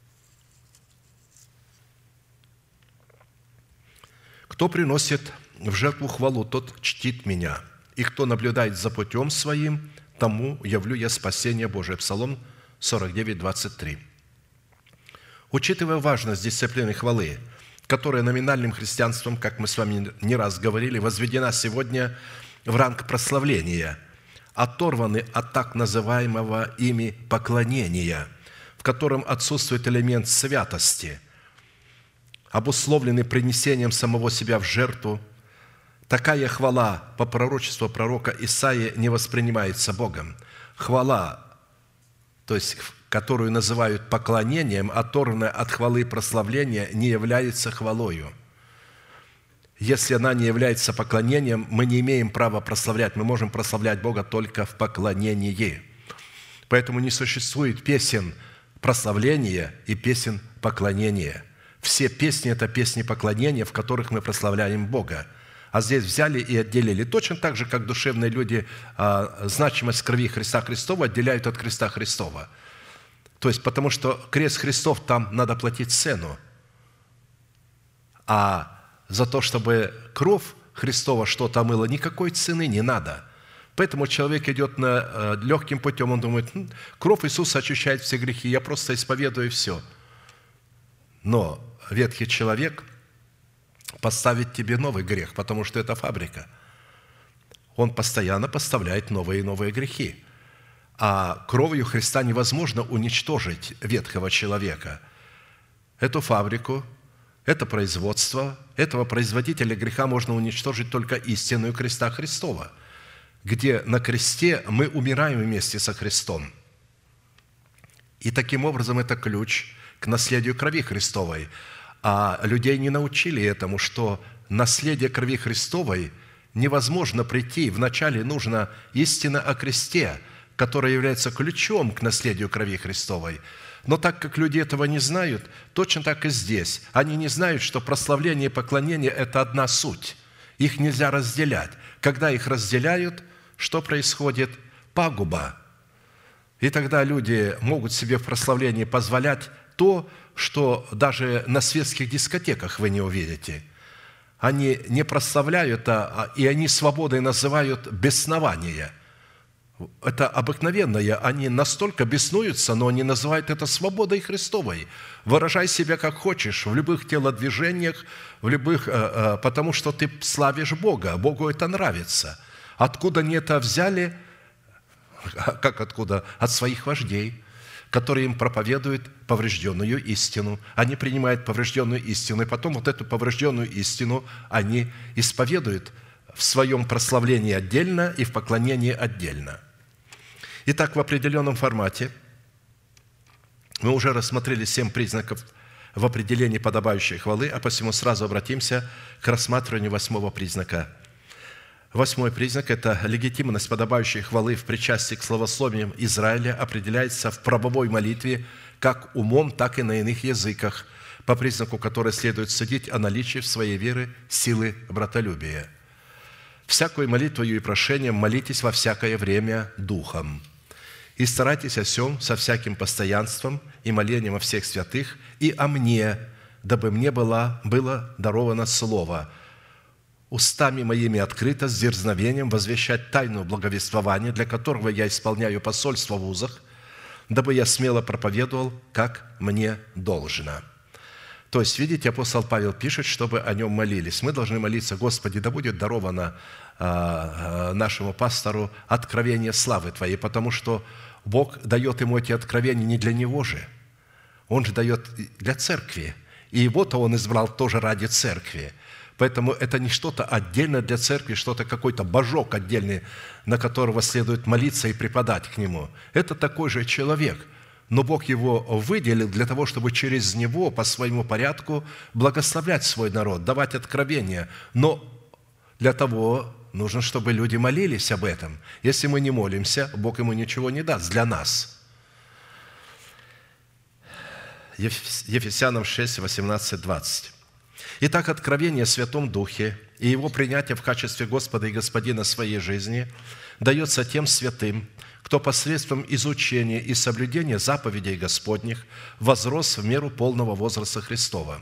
Кто приносит в жертву хвалу, тот чтит Меня, и кто наблюдает за путем своим, тому явлю я спасение Божие». Псалом сорок девять, двадцать три. Учитывая важность дисциплины хвалы, которая номинальным христианством, как мы с вами не раз говорили, возведена сегодня в ранг прославления, оторваны от так называемого ими поклонения, в котором отсутствует элемент святости, обусловленный принесением самого себя в жертву, такая хвала по пророчеству пророка Исаии не воспринимается Богом. Хвала, то есть которую называют поклонением, оторванная от хвалы и прославления, не является хвалою. Если она не является поклонением, мы не имеем права прославлять. Мы можем прославлять Бога только в поклонении. Поэтому не существует песен прославления и песен поклонения. Все песни – это песни поклонения, в которых мы прославляем Бога. А здесь взяли и отделили. Точно так же, как душевные люди а, значимость крови Христа Христова отделяют от креста Христова. То есть, потому что крест Христов, там надо платить цену. А за то, чтобы кровь Христова что-то омыла, никакой цены не надо. Поэтому человек идет на, легким путем, он думает, кровь Иисуса очищает все грехи, я просто исповедую все. Но ветхий человек поставит тебе новый грех, потому что это фабрика. Он постоянно поставляет новые и новые грехи. А кровью Христа невозможно уничтожить ветхого человека. Эту фабрику, это производство, этого производителя греха можно уничтожить только истинную креста Христова, где на кресте мы умираем вместе со Христом. И таким образом это ключ к наследию крови Христовой. А людей не научили этому, что наследие крови Христовой невозможно прийти. Вначале нужно истина о кресте, которая является ключом к наследию крови Христовой. Но так как люди этого не знают, точно так и здесь. Они не знают, что прославление и поклонение – это одна суть. Их нельзя разделять. Когда их разделяют, что происходит? Пагуба. И тогда люди могут себе в прославлении позволять то, что даже на светских дискотеках вы не увидите. Они не прославляют, а, и они свободой называют беснование. Это обыкновенное. Они настолько беснуются, но они называют это свободой Христовой. Выражай себя как хочешь, в любых телодвижениях, в любых, потому что ты славишь Бога. Богу это нравится. Откуда они это взяли? Как откуда? От своих вождей, которые им проповедуют поврежденную истину. Они принимают поврежденную истину, и потом вот эту поврежденную истину они исповедуют в своем прославлении отдельно и в поклонении отдельно. Итак, в определенном формате мы уже рассмотрели семь признаков в определении подобающей хвалы, а посему сразу обратимся к рассматриванию восьмого признака. Восьмой признак – это легитимность подобающей хвалы в причастии к словословиям Израиля определяется в правовой молитве как умом, так и на иных языках, по признаку которой следует судить о наличии в своей вере силы братолюбия. «Всякую молитвою и прошением молитесь во всякое время духом, и старайтесь о сем со всяким постоянством и молением о всех святых и о мне, дабы мне было, было даровано слово, устами моими открыто, с дерзновением возвещать тайну благовествования, для которого я исполняю посольство в узах, дабы я смело проповедовал, как мне должно». То есть, видите, апостол Павел пишет, чтобы о нем молились. Мы должны молиться: «Господи, да будет даровано а, а, нашему пастору откровение славы Твоей», потому что Бог дает ему эти откровения не для него же. Он же дает для церкви. И его-то он избрал тоже ради церкви. Поэтому это не что-то отдельно для церкви, что-то какой-то божок отдельный, на которого следует молиться и преподать к нему. Это такой же человек, но Бог его выделил для того, чтобы через него по своему порядку благословлять свой народ, давать откровения. Но для того нужно, чтобы люди молились об этом. Если мы не молимся, Бог ему ничего не даст для нас. Ефесянам шесть, восемнадцать, двадцать. Итак, откровение о Святом Духе и его принятие в качестве Господа и Господина своей жизни дается тем святым, кто посредством изучения и соблюдения заповедей Господних возрос в меру полного возраста Христова.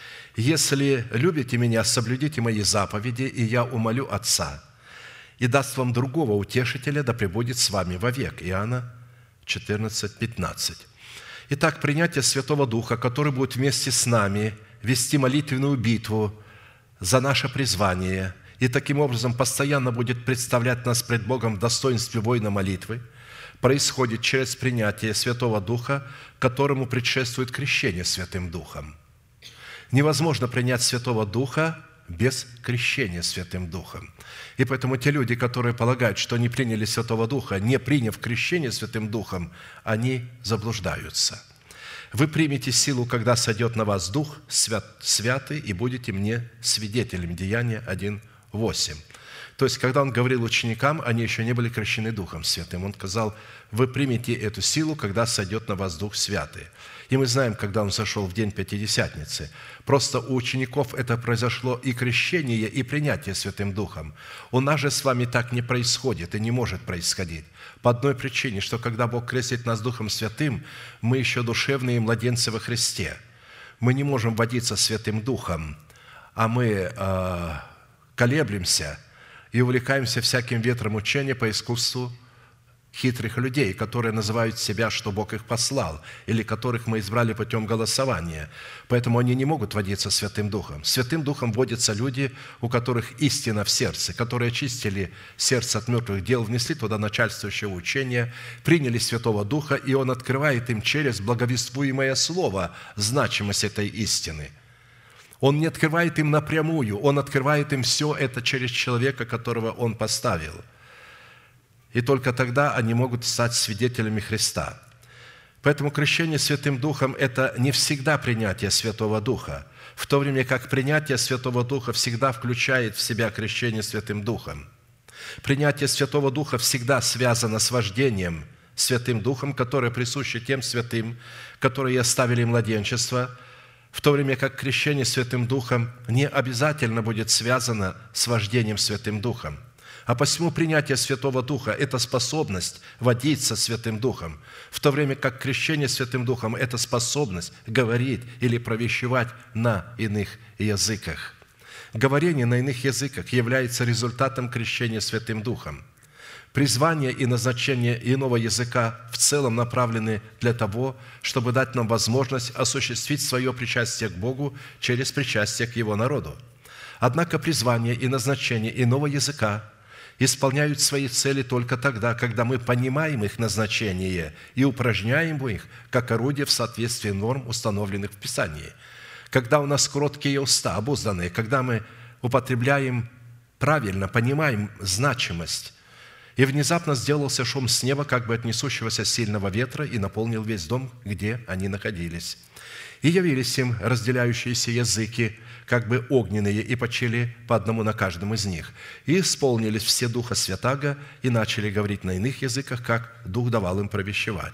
«Если любите Меня, соблюдите Мои заповеди, и Я умолю Отца, и даст вам другого утешителя, да пребудет с вами вовек». Иоанна четырнадцать, пятнадцать. Итак, принятие Святого Духа, который будет вместе с нами вести молитвенную битву за наше призвание и таким образом постоянно будет представлять нас пред Богом в достоинстве воина молитвы, происходит через принятие Святого Духа, которому предшествует крещение Святым Духом. Невозможно принять Святого Духа без крещения Святым Духом. И поэтому те люди, которые полагают, что они приняли Святого Духа, не приняв крещение Святым Духом, они заблуждаются. Вы примете силу, когда сойдет на вас Дух свят, Святый, и будете мне свидетелями. Деяния один, восемь. То есть, когда Он говорил ученикам, они еще не были крещены Духом Святым. Он сказал: вы примете эту силу, когда сойдет на вас Дух Святый. И мы знаем, когда Он сошел в день Пятидесятницы. Просто у учеников это произошло и крещение, и принятие Святым Духом. У нас же с вами так не происходит и не может происходить. По одной причине, что когда Бог крестит нас Духом Святым, мы еще душевные младенцы во Христе. Мы не можем водиться Святым Духом, а мы э, колеблемся и увлекаемся всяким ветром учения по искусству хитрых людей, которые называют себя, что Бог их послал, или которых мы избрали путем голосования. Поэтому они не могут водиться Святым Духом. Святым Духом водятся люди, у которых истина в сердце, которые очистили сердце от мертвых дел, внесли туда начальствующее учение, приняли Святого Духа, и Он открывает им через благовествуемое слово значимость этой истины. Он не открывает им напрямую, Он открывает им все это через человека, которого Он поставил. И только тогда они могут стать свидетелями Христа. Поэтому крещение Святым Духом – это не всегда принятие Святого Духа, в то время как принятие Святого Духа всегда включает в себя крещение Святым Духом. Принятие Святого Духа всегда связано с вождением Святым Духом, которое присуще тем святым, которые оставили младенчество, в то время как крещение Святым Духом не обязательно будет связано с вождением Святым Духом. А посему принятие Святого Духа – это способность водиться Святым Духом, в то время как крещение Святым Духом – это способность говорить или провещевать на иных языках. Говорение на иных языках является результатом крещения Святым Духом. Призвание и назначение иного языка в целом направлены для того, чтобы дать нам возможность осуществить свое причастие к Богу через причастие к Его народу. Однако призвание и назначение иного языка исполняют свои цели только тогда, когда мы понимаем их назначение и упражняем их как орудие в соответствии норм, установленных в Писании. Когда у нас кроткие уста, обузданные, когда мы употребляем правильно, понимаем значимость. И внезапно сделался шум с неба, как бы от несущегося сильного ветра, и наполнил весь дом, где они находились. И явились им разделяющиеся языки, как бы огненные, и почили по одному на каждом из них. И исполнились все Духа Святаго, и начали говорить на иных языках, как Дух давал им провещевать.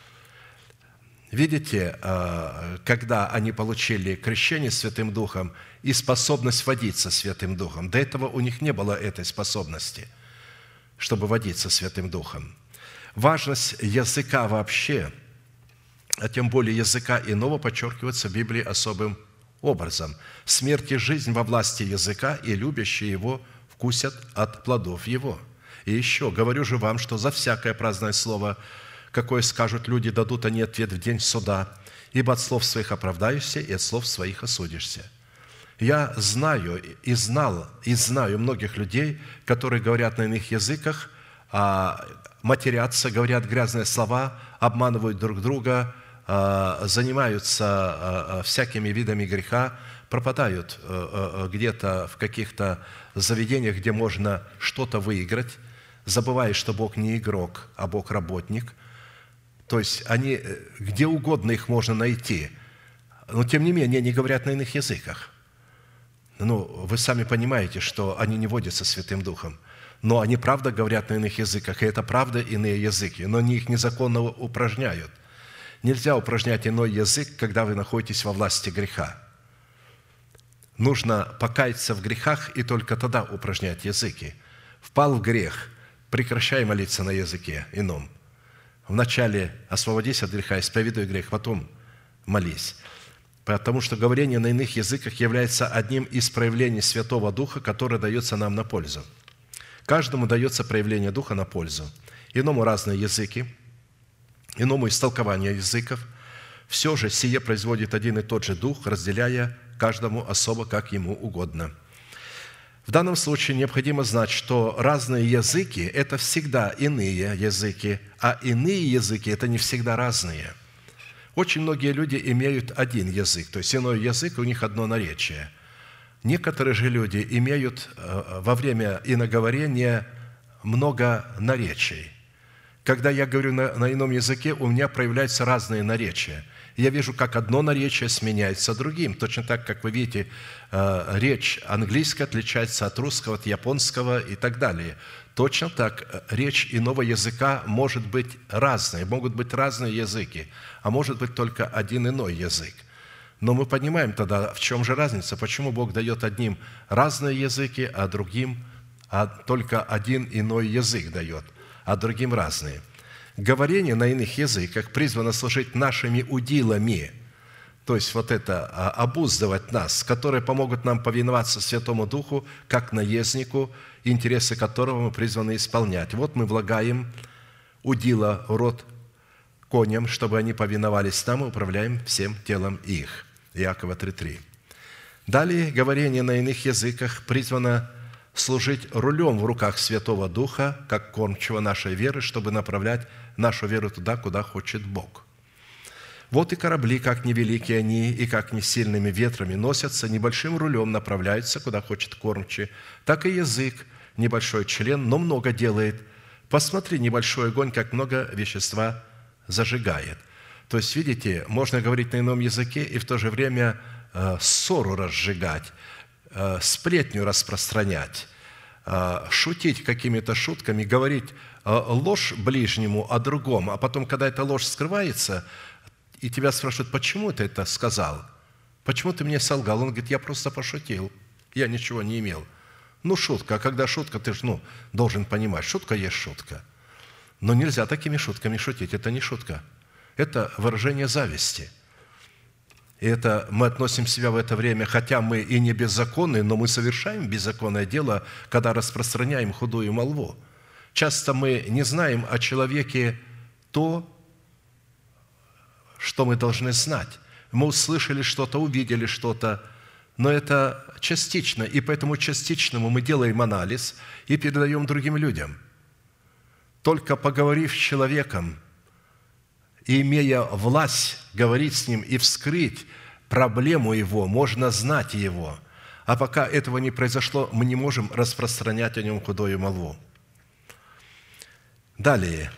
Видите, когда они получили крещение Святым Духом и способность водиться Святым Духом, до этого у них не было этой способности, чтобы водиться Святым Духом. Важность языка вообще, а тем более языка иного, подчеркивается в Библии особым образом. Смерть и жизнь во власти языка, и любящие его вкусят от плодов его. И еще, говорю же вам, что за всякое праздное слово, какое скажут люди, дадут они ответ в день суда, ибо от слов своих оправдаешься, и от слов своих осудишься. Я знаю и знал, и знаю многих людей, которые говорят на иных языках, матерятся, говорят грязные слова, обманывают друг друга, занимаются всякими видами греха, пропадают где-то в каких-то заведениях, где можно что-то выиграть, забывая, что Бог не игрок, а Бог работник. То есть они, где угодно их можно найти, но тем не менее они говорят на иных языках. Ну, вы сами понимаете, что они не водятся Святым Духом, но они правда говорят на иных языках, и это правда иные языки, но они их незаконно упражняют. Нельзя упражнять иной язык, когда вы находитесь во власти греха. нужно покаяться в грехах и только тогда упражнять языки. Впал в грех, прекращай молиться на языке ином. Вначале освободись от греха, исповедуй грех, потом молись. Потому что говорение на иных языках является одним из проявлений Святого Духа, которое дается нам на пользу. Каждому дается проявление Духа на пользу. Иному разные языки, иному истолкование языков. Все же сие производит один и тот же Дух, разделяя каждому особо, как ему угодно. В данном случае необходимо знать, что разные языки – это всегда иные языки, а иные языки – это не всегда разные. Очень многие люди имеют один язык, то есть иной язык, у них одно наречие. Некоторые же люди имеют во время иноговорения много наречий. Когда я говорю на, на ином языке, у меня проявляются разные наречия. Я вижу, как одно наречие сменяется другим. Точно так, как вы видите, речь английская отличается от русского, от японского и так далее. Точно так речь иного языка может быть разной, могут быть разные языки, а может быть только один иной язык. Но мы понимаем тогда, в чем же разница, почему Бог дает одним разные языки, а другим а только один иной язык дает, а другим разные. Говорение на иных языках призвано служить нашими удилами, то есть вот это обуздывать нас, которые помогут нам повиноваться Святому Духу, как наезднику, интересы которого мы призваны исполнять. Вот мы влагаем удила в рот коням, чтобы они повиновались нам, и управляем всем телом их. Иакова три три. Далее, говорение на иных языках призвано служить рулем в руках Святого Духа, как кормчего нашей веры, чтобы направлять нашу веру туда, куда хочет Бог. Вот и корабли, как невеликие они, и как не сильными ветрами носятся, небольшим рулем направляются, куда хочет кормчий, так и язык, небольшой член, но много делает. Посмотри, небольшой огонь, как много вещества зажигает. То есть, видите, можно говорить на ином языке и в то же время э, ссору разжигать, э, сплетню распространять, э, шутить какими-то шутками, говорить э, ложь ближнему о другом, а потом, когда эта ложь скрывается, и тебя спрашивают, почему ты это сказал? Почему ты мне солгал? Он говорит, я просто пошутил, я ничего не имел. Ну, шутка, а когда шутка, ты же ну, должен понимать, шутка есть шутка. Но нельзя такими шутками шутить, это не шутка. Это выражение зависти. И это мы относим себя в это время, хотя мы и не беззаконные, но мы совершаем беззаконное дело, когда распространяем худую молву. Часто мы не знаем о человеке то, что мы должны знать. Мы услышали что-то, увидели что-то, но это частично, и поэтому частичному мы делаем анализ и передаем другим людям. Только поговорив с человеком, и имея власть говорить с ним и вскрыть проблему его, можно знать его. А пока этого не произошло, мы не можем распространять о нем худую молву. Далее.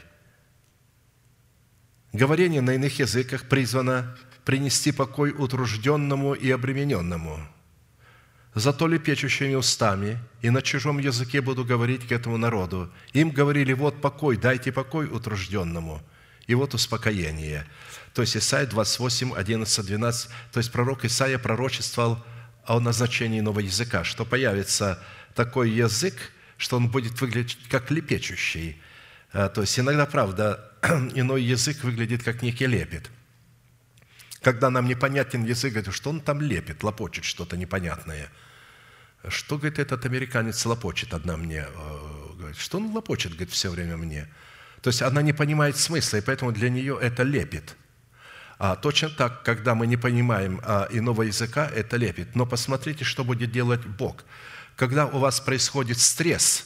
Говорение на иных языках призвано принести покой утружденному и обремененному. Зато лепечущими устами и на чужом языке буду говорить к этому народу. Им говорили, вот покой, дайте покой утружденному. И вот успокоение. То есть Исайя двадцать восемь, одиннадцать, двенадцать. То есть пророк Исайя пророчествовал о назначении нового языка, что появится такой язык, что он будет выглядеть как лепечущий. То есть иногда, правда, иной язык выглядит как некий лепет. Когда нам непонятен язык, говорит, что он там лепит, лопочет что-то непонятное. Что, говорит, этот американец лопочет, одна мне говорит, что он лопочет, говорит, все время мне. То есть она не понимает смысла, и поэтому для нее это лепит. А точно так, когда мы не понимаем а, иного языка, это лепит. Но посмотрите, что будет делать Бог. Когда у вас происходит стресс,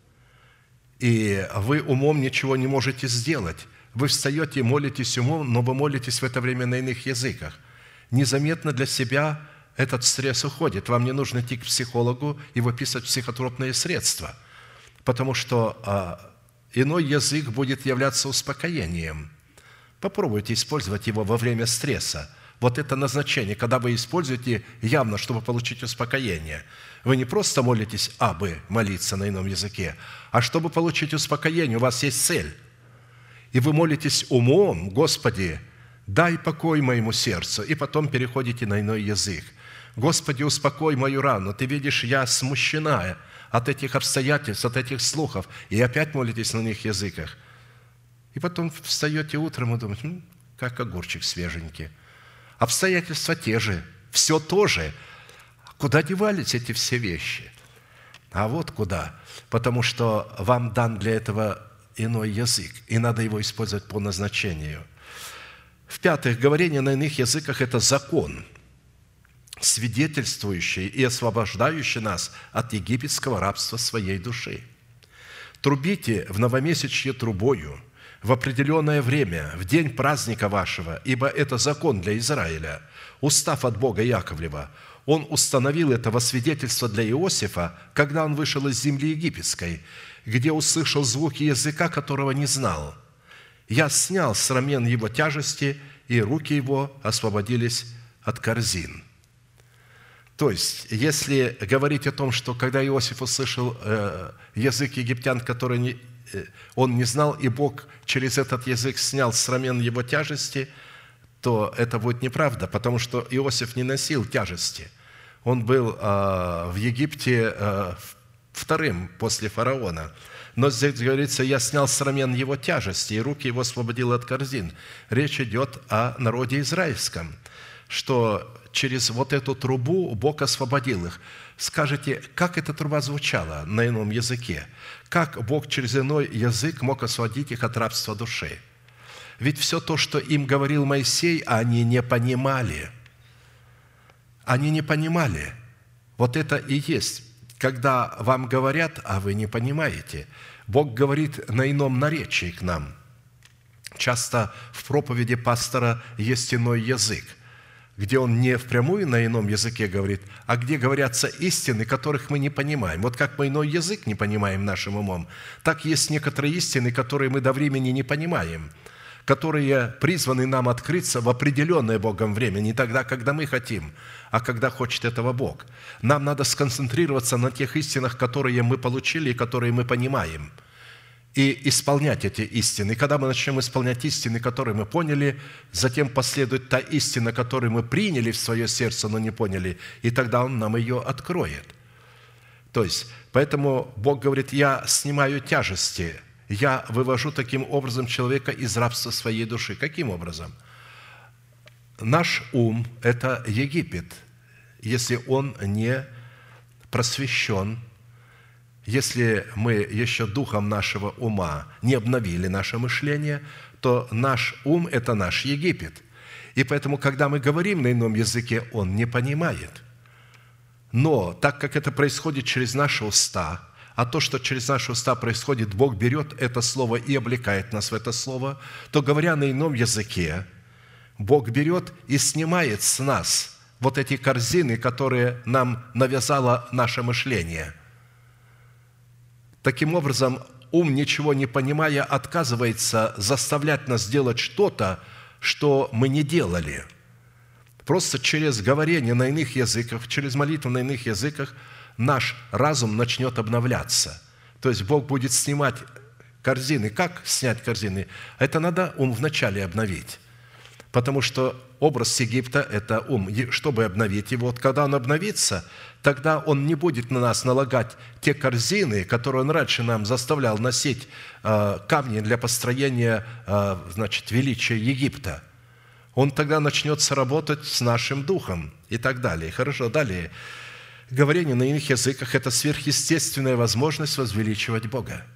и вы умом ничего не можете сделать, вы встаете и молитесь умом, но вы молитесь в это время на иных языках. Незаметно для себя этот стресс уходит. Вам не нужно идти к психологу и выписывать психотропные средства, потому что а, иной язык будет являться успокоением. Попробуйте использовать его во время стресса. Вот это назначение, когда вы используете явно, чтобы получить успокоение. Вы не просто молитесь, абы молиться на ином языке, а чтобы получить успокоение, у вас есть цель. И вы молитесь умом, Господи, дай покой моему сердцу, и потом переходите на иной язык. Господи, успокой мою рану. Ты видишь, я смущена от этих обстоятельств, от этих слухов. И опять молитесь на них языках. И потом встаете утром и думаете, ну, как огурчик свеженький. Обстоятельства те же, все то же. Куда девались эти все вещи? А вот куда. Потому что вам дан для этого иной язык, и надо его использовать по назначению. В-пятых, говорение на иных языках – это закон, свидетельствующий и освобождающий нас от египетского рабства своей души. Трубите в новомесячье трубою в определенное время, в день праздника вашего, ибо это закон для Израиля, устав от Бога Яковлева. Он установил это во свидетельство для Иосифа, когда он вышел из земли египетской, где услышал звуки языка, которого не знал. Я снял с рамен его тяжести, и руки его освободились от корзин». То есть, если говорить о том, что когда Иосиф услышал э, язык египтян, который не, э, он не знал, и Бог через этот язык снял с рамен его тяжести, то это будет неправда, потому что Иосиф не носил тяжести. Он был э, в Египте э, вторым после фараона. Но здесь говорится, я снял с рамен его тяжести, и руки его освободил от корзин. Речь идет о народе израильском, что через вот эту трубу Бог освободил их. Скажите, как эта труба звучала на ином языке? Как Бог через иной язык мог освободить их от рабства души? Ведь все то, что им говорил Моисей, они не понимали. Они не понимали. Вот это и есть. Когда вам говорят, а вы не понимаете, Бог говорит на ином наречии к нам. Часто в проповеди пастора есть иной язык, где он не впрямую на ином языке говорит, а где говорятся истины, которых мы не понимаем. Вот как мы иной язык не понимаем нашим умом, так есть некоторые истины, которые мы до времени не понимаем, которые призваны нам открыться в определенное Богом время, не тогда, когда мы хотим, а когда хочет этого Бог. Нам надо сконцентрироваться на тех истинах, которые мы получили и которые мы понимаем, и исполнять эти истины. И когда мы начнем исполнять истины, которые мы поняли, затем последует та истина, которую мы приняли в свое сердце, но не поняли, и тогда Он нам ее откроет. То есть, поэтому Бог говорит, я снимаю тяжести, я вывожу таким образом человека из рабства своей души. Каким образом? Наш ум – это Египет, если он не просвещен, если мы еще духом нашего ума не обновили наше мышление, то наш ум – это наш Египет. И поэтому, когда мы говорим на ином языке, он не понимает. Но так как это происходит через наши уста, а то, что через наши уста происходит, Бог берет это слово и облекает нас в это слово, то, говоря на ином языке, Бог берет и снимает с нас вот эти корзины, которые нам навязало наше мышление. Таким образом, ум, ничего не понимая, отказывается заставлять нас делать что-то, что мы не делали. Просто через говорение на иных языках, через молитву на иных языках наш разум начнет обновляться. То есть Бог будет снимать корзины. Как снять корзины? Это надо ум вначале обновить. Потому что образ Египта – это ум. Чтобы обновить его, вот когда он обновится, тогда он не будет на нас налагать те корзины, которые он раньше нам заставлял носить, камни для построения, значит, величия Египта. Он тогда начнет сработать с нашим духом и так далее. Хорошо, далее. Говорение на иных языках – это сверхъестественная возможность возвеличивать Бога.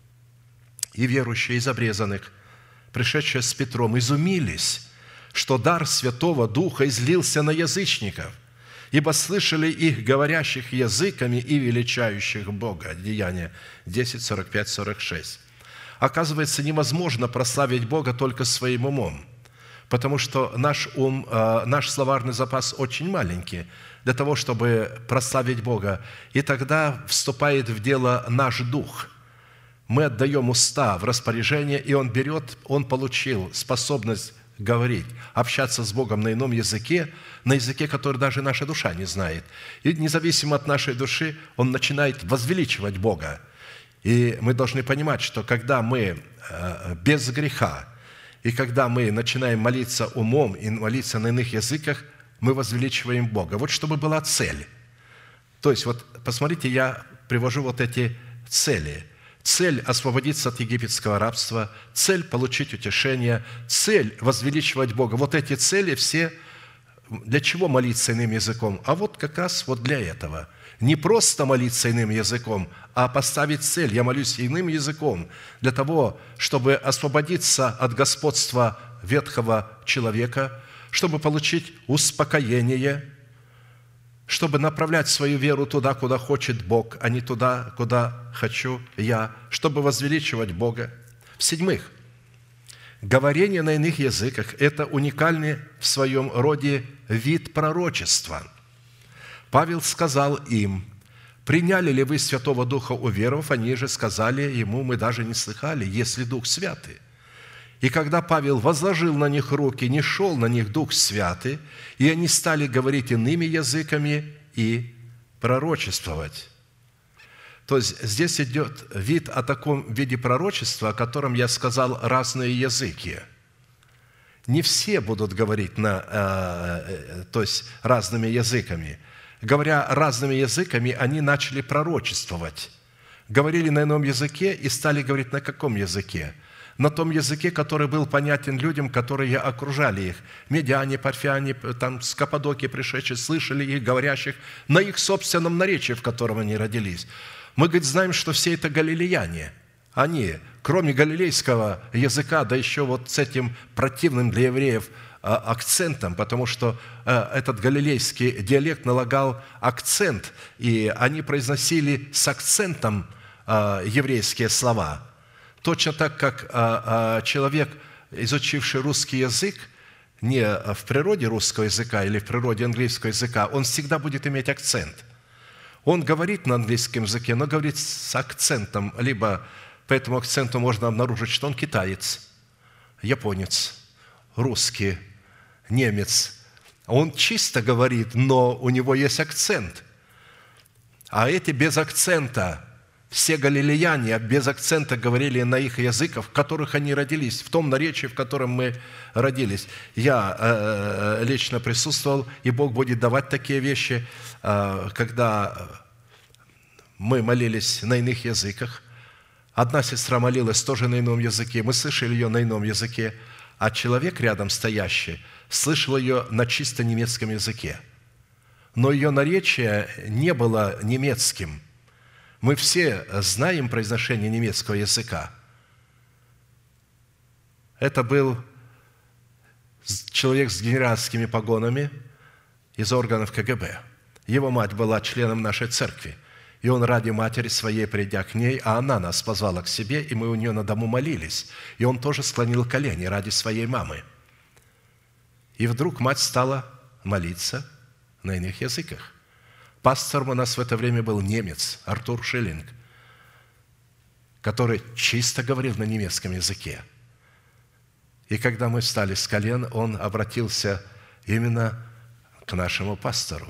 И верующие из обрезанных, пришедшие с Петром, изумились, что дар Святого Духа излился на язычников, ибо слышали их, говорящих языками и величающих Бога. Деяния десять, сорок пять, сорок шесть. Оказывается, невозможно прославить Бога только своим умом, потому что наш ум, наш словарный запас очень маленький для того, чтобы прославить Бога. И тогда вступает в дело наш дух. Мы отдаем уста в распоряжение, и Он берет, Он получил способность говорить, общаться с Богом на ином языке, на языке, который даже наша душа не знает. И независимо от нашей души, Он начинает возвеличивать Бога. И мы должны понимать, что когда мы без греха, и когда мы начинаем молиться умом и молиться на иных языках, мы возвеличиваем Бога. Вот чтобы была цель. То есть, вот посмотрите, я привожу вот эти цели. Цель – освободиться от египетского рабства, цель – получить утешение, цель – возвеличивать Бога. Вот эти цели все, для чего молиться иным языком? А вот как раз вот для этого. Не просто молиться иным языком, а поставить цель. Я молюсь иным языком для того, чтобы освободиться от господства ветхого человека, чтобы получить успокоение, чтобы направлять свою веру туда, куда хочет Бог, а не туда, куда хочу я, чтобы возвеличивать Бога. В-седьмых, говорение на иных языках – это уникальный в своем роде вид пророчества. Павел сказал им: «Приняли ли вы Святого Духа, уверовав?» Они же сказали ему: «Мы даже не слыхали, если Дух Святый». И когда Павел возложил на них руки, не шел на них Дух Святый, и они стали говорить иными языками и пророчествовать. То есть здесь идет вид о таком виде пророчества, о котором я сказал, разные языки. Не все будут говорить на, э, то есть разными языками. Говоря разными языками, они начали пророчествовать. Говорили на ином языке и стали говорить на каком языке? На том языке, который был понятен людям, которые окружали их. Медиане, парфяне, там, с Каппадокии пришедшие, слышали их, говорящих на их собственном наречии, в котором они родились. Мы, говорит, знаем, что все это галилеяне. Они, кроме галилейского языка, да еще вот с этим противным для евреев акцентом, потому что этот галилейский диалект налагал акцент, и они произносили с акцентом еврейские слова. Точно так, как человек, изучивший русский язык, не в природе русского языка или в природе английского языка, он всегда будет иметь акцент. Он говорит на английском языке, но говорит с акцентом, либо по этому акценту можно обнаружить, что он китаец, японец, русский, немец. Он чисто говорит, но у него есть акцент. А эти без акцента, все галилеяне без акцента говорили на их языках, в которых они родились, в том наречии, в котором мы родились. Я э, лично присутствовал, и Бог будет давать такие вещи, э, когда мы молились на иных языках. Одна сестра молилась тоже на ином языке, мы слышали ее на ином языке, а человек рядом стоящий слышал ее на чисто немецком языке. Но ее наречие не было немецким. Мы все знаем произношение немецкого языка. Это был человек с генеральскими погонами из органов ка гэ бэ. Его мать была членом нашей церкви. И он ради матери своей, придя к ней, а она нас позвала к себе, и мы у нее на дому молились. И он тоже склонил колени ради своей мамы. И вдруг мать стала молиться на иных языках. Пастором у нас в это время был немец Артур Шиллинг, который чисто говорил на немецком языке. И когда мы встали с колен, он обратился именно к нашему пастору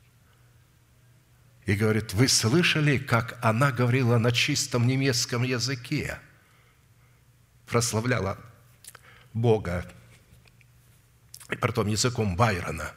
и говорит: «Вы слышали, как она говорила на чистом немецком языке? Прославляла Бога, и притом языком Байрона,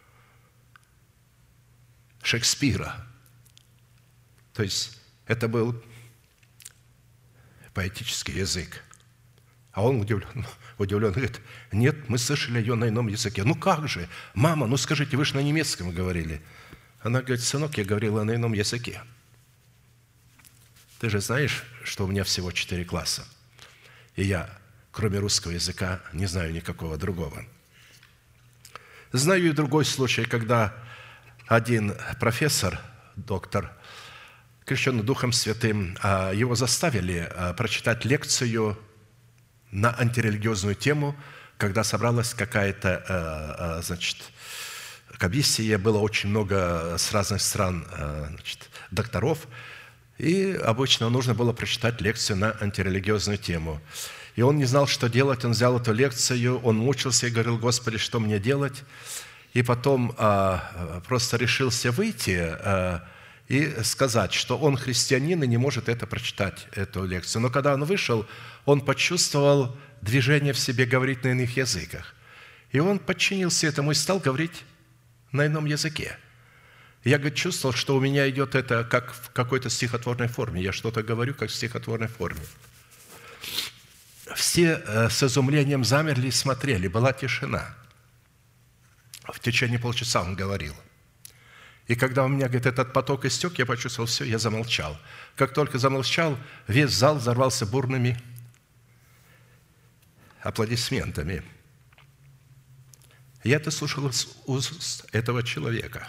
Шекспира». То есть это был поэтический язык. А он удивлен, удивлен, говорит: «Нет, мы слышали ее на ином языке». «Ну как же? Мама, ну скажите, вы же на немецком говорили». Она говорит: «Сынок, я говорила на ином языке. Ты же знаешь, что у меня всего четыре класса, и я, кроме русского языка, не знаю никакого другого». Знаю и другой случай, когда один профессор, доктор, крещенный Духом Святым, его заставили прочитать лекцию на антирелигиозную тему, когда собралась какая-то, значит, комиссия, было очень много с разных стран, значит, докторов, и обычно нужно было прочитать лекцию на антирелигиозную тему. И он не знал, что делать, он взял эту лекцию, он мучился и говорил: «Господи, что мне делать?» И потом а, просто решился выйти а, и сказать, что он христианин и не может это прочитать, эту лекцию. Но когда он вышел, он почувствовал движение в себе говорить на иных языках. И он подчинился этому и стал говорить на ином языке. Я, говорит, чувствовал, что у меня идет это как в какой-то стихотворной форме. Я что-то говорю, как в стихотворной форме. Все с изумлением замерли и смотрели. Была тишина. В течение полчаса он говорил. И когда у меня, говорит, этот поток истек, я почувствовал, все, я замолчал. Как только замолчал, весь зал взорвался бурными аплодисментами. Я это слушал из уст этого человека.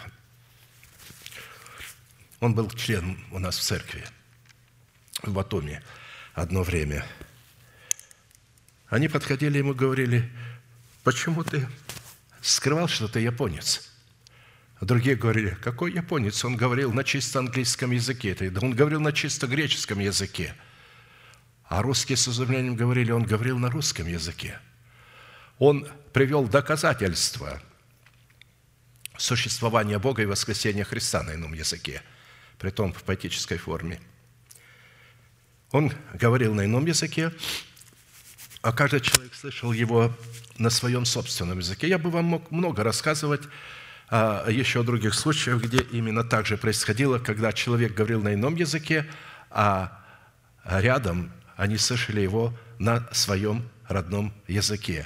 Он был членом у нас в церкви в Батуми одно время. Они подходили ему и говорили: почему ты скрывал, что ты японец? Другие говорили: какой японец? Он говорил на чисто английском языке. Да он говорил на чисто греческом языке. А русские с изумлением говорили: он говорил на русском языке. Он привел доказательства существования Бога и воскресения Христа на ином языке, притом в поэтической форме. Он говорил на ином языке, а каждый человек слышал его на своем собственном языке. Я бы вам мог много рассказывать а, еще о других случаях, где именно так же происходило, когда человек говорил на ином языке, а рядом они слышали его на своем родном языке.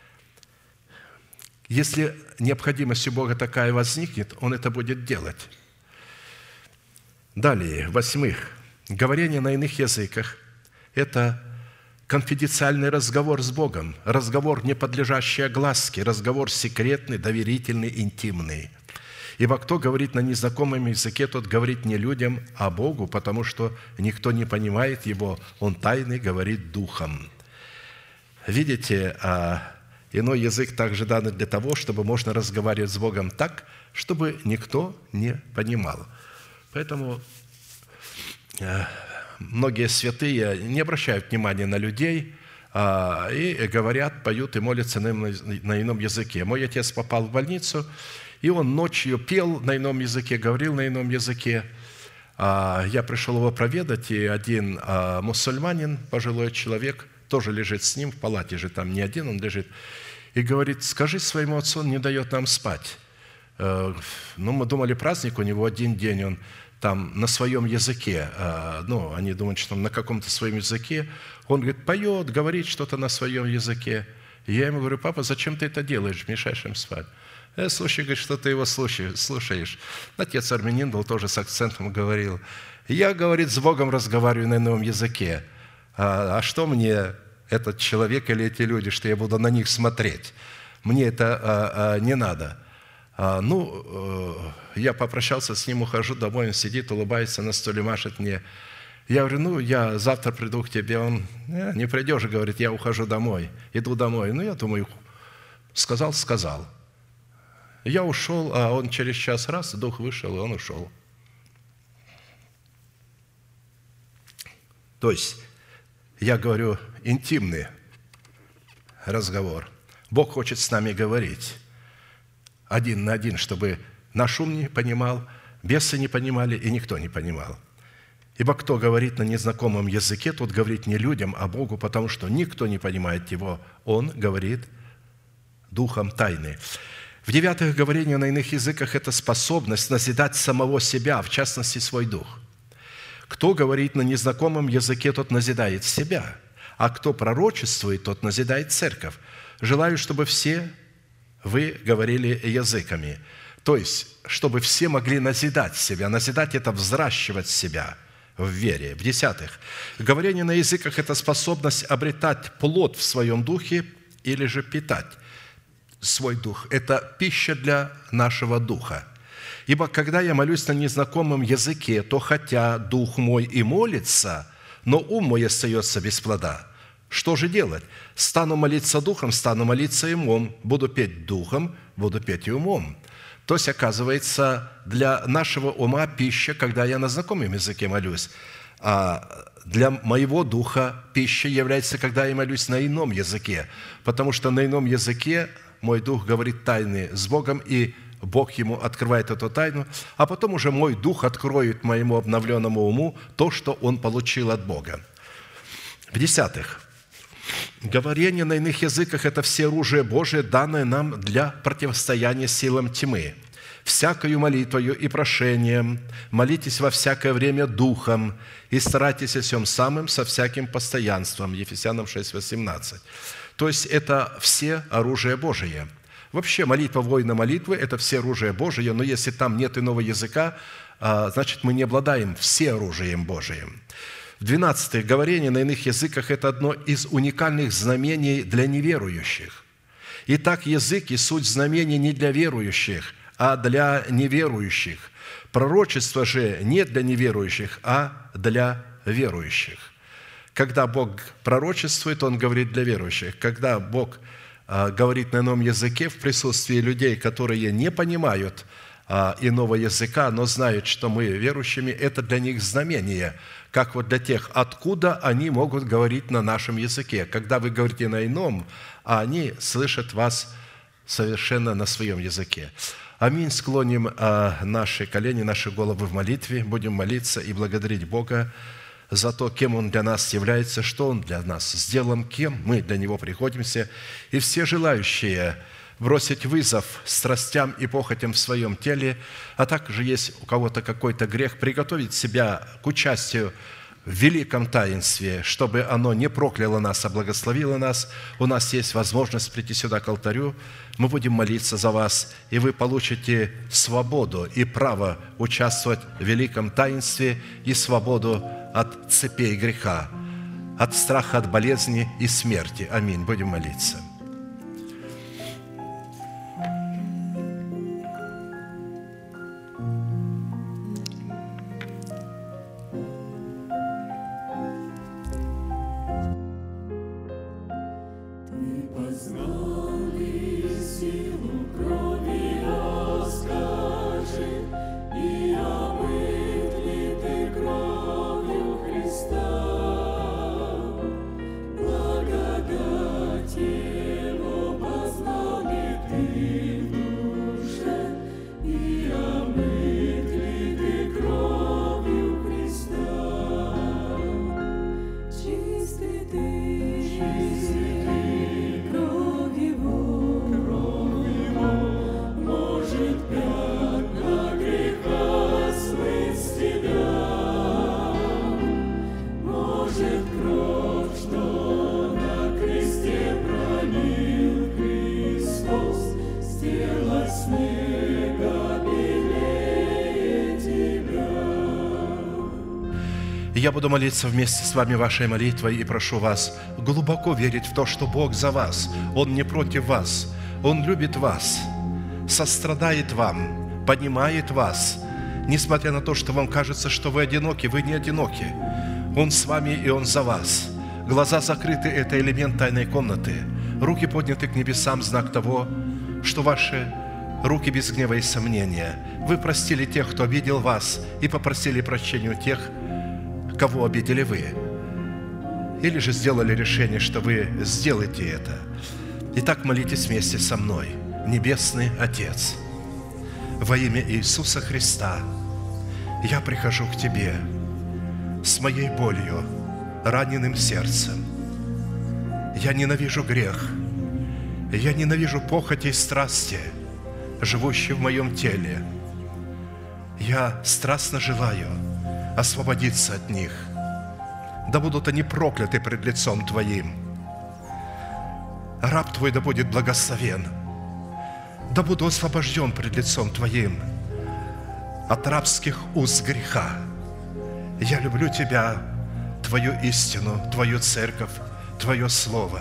Если необходимость у Бога такая возникнет, Он это будет делать. Далее, восьмых. Говорение на иных языках – это конфиденциальный разговор с Богом, разговор, не подлежащий огласке, разговор секретный, доверительный, интимный. Ибо кто говорит на незнакомом языке, тот говорит не людям, а Богу, потому что никто не понимает его, он тайный говорит духом. Видите, иной язык также дан для того, чтобы можно разговаривать с Богом так, чтобы никто не понимал. Поэтому многие святые не обращают внимания на людей и говорят, поют и молятся на ином языке. Мой отец попал в больницу, и он ночью пел на ином языке, говорил на ином языке. Я пришел его проведать, и один мусульманин, пожилой человек, тоже лежит с ним в палате же, там не один он лежит, и говорит: скажи своему отцу, он не дает нам спать. Ну, мы думали, праздник у него один день, он там на своем языке, ну, они думают, что он на каком-то своем языке, он говорит, поет, говорит что-то на своем языке. И я ему говорю: папа, зачем ты это делаешь, мешаешь им спать? Э, слушай, говорит, что ты его слушаешь. Отец армянин был, тоже с акцентом говорил. Я, говорит, с Богом разговариваю на новом языке. А, а что мне этот человек или эти люди, что я буду на них смотреть? Мне это а, а, не надо. А, ну, я попрощался с ним, ухожу домой, он сидит, улыбается на стуле, машет мне. Я говорю: ну, я завтра приду к тебе. Он: э, не придешь, говорит, я ухожу домой, иду домой. Ну, я думаю, сказал, сказал. Я ушел, а он через час раз, дух вышел, и он ушел. То есть, я говорю, интимный разговор. Бог хочет с нами говорить один на один, чтобы наш ум не понимал, бесы не понимали и никто не понимал. Ибо кто говорит на незнакомом языке, тот говорит не людям, а Богу, потому что никто не понимает его. Он говорит духом тайны. В девятых, говорение на иных языках – это способность назидать самого себя, в частности, свой дух. Кто говорит на незнакомом языке, тот назидает себя, а кто пророчествует, тот назидает церковь. Желаю, чтобы все вы говорили языками. То есть, чтобы все могли назидать себя. Назидать – это взращивать себя в вере. В десятых, говорение на языках – это способность обретать плод в своем духе или же питать свой дух. Это пища для нашего духа. Ибо когда я молюсь на незнакомом языке, то хотя дух мой и молится, но ум мой остается без плода. Что же делать? Стану молиться духом, стану молиться и умом. Буду петь духом, буду петь и умом. То есть, оказывается, для нашего ума пища, когда я на знакомом языке молюсь, а для моего духа пища является, когда я молюсь на ином языке, потому что на ином языке мой дух говорит тайны с Богом, и Бог ему открывает эту тайну, а потом уже мой дух откроет моему обновленному уму то, что он получил от Бога. В десятых, говорение на иных языках – это все оружие Божие, данное нам для противостояния силам тьмы. всякою молитвою и прошением, молитесь во всякое время духом, и старайтесь о всем самым со всяким постоянством». Ефесянам шесть восемнадцать. То есть это все оружие Божие. Вообще молитва воина молитвы – это все оружие Божие, но если там нет иного языка, значит, мы не обладаем все оружием Божиим. двенадцатое. Говорение на иных языках – это одно из уникальных знамений для неверующих. Итак, язык и суть знамений не для верующих, а для неверующих. Пророчество же не для неверующих, а для верующих. Когда Бог пророчествует, Он говорит для верующих. Когда Бог говорит на ином языке в присутствии людей, которые не понимают иного языка, но знают, что мы верующими, это для них знамение, как вот для тех, откуда они могут говорить на нашем языке. Когда вы говорите на ином, а они слышат вас совершенно на своем языке. Аминь. Склоним наши колени, наши головы в молитве. Будем молиться и благодарить Бога за то, кем Он для нас является, что Он для нас сделал, кем мы для Него приходимся. И все желающие бросить вызов страстям и похотям в своем теле, а также, есть у кого-то какой-то грех, приготовить себя к участию в великом таинстве, чтобы оно не прокляло нас, а благословило нас. У нас есть возможность прийти сюда к алтарю. Мы будем молиться за вас, и вы получите свободу и право участвовать в великом таинстве и свободу от цепей греха, от страха, от болезни и смерти. Аминь. Будем молиться. Я буду молиться вместе с вами вашей молитвой и прошу вас глубоко верить в то, что Бог за вас. Он не против вас. Он любит вас, сострадает вам, понимает вас. Несмотря на то, что вам кажется, что вы одиноки, вы не одиноки. Он с вами, и Он за вас. Глаза закрыты – это элемент тайной комнаты. Руки подняты к небесам – знак того, что ваши руки без гнева и сомнения. Вы простили тех, кто обидел вас, и попросили прощения у тех, кого обидели вы. Или же сделали решение, что вы сделаете это. Итак, молитесь вместе со мной. Небесный Отец, во имя Иисуса Христа, я прихожу к Тебе с моей болью, раненым сердцем. Я ненавижу грех. Я ненавижу похоти и страсти, живущие в моем теле. Я страстно желаю освободиться от них. Да будут они прокляты пред лицом Твоим. Раб Твой да будет благословен. Да буду освобожден пред лицом Твоим от рабских уз греха. Я люблю Тебя, Твою истину, Твою церковь, Твое Слово.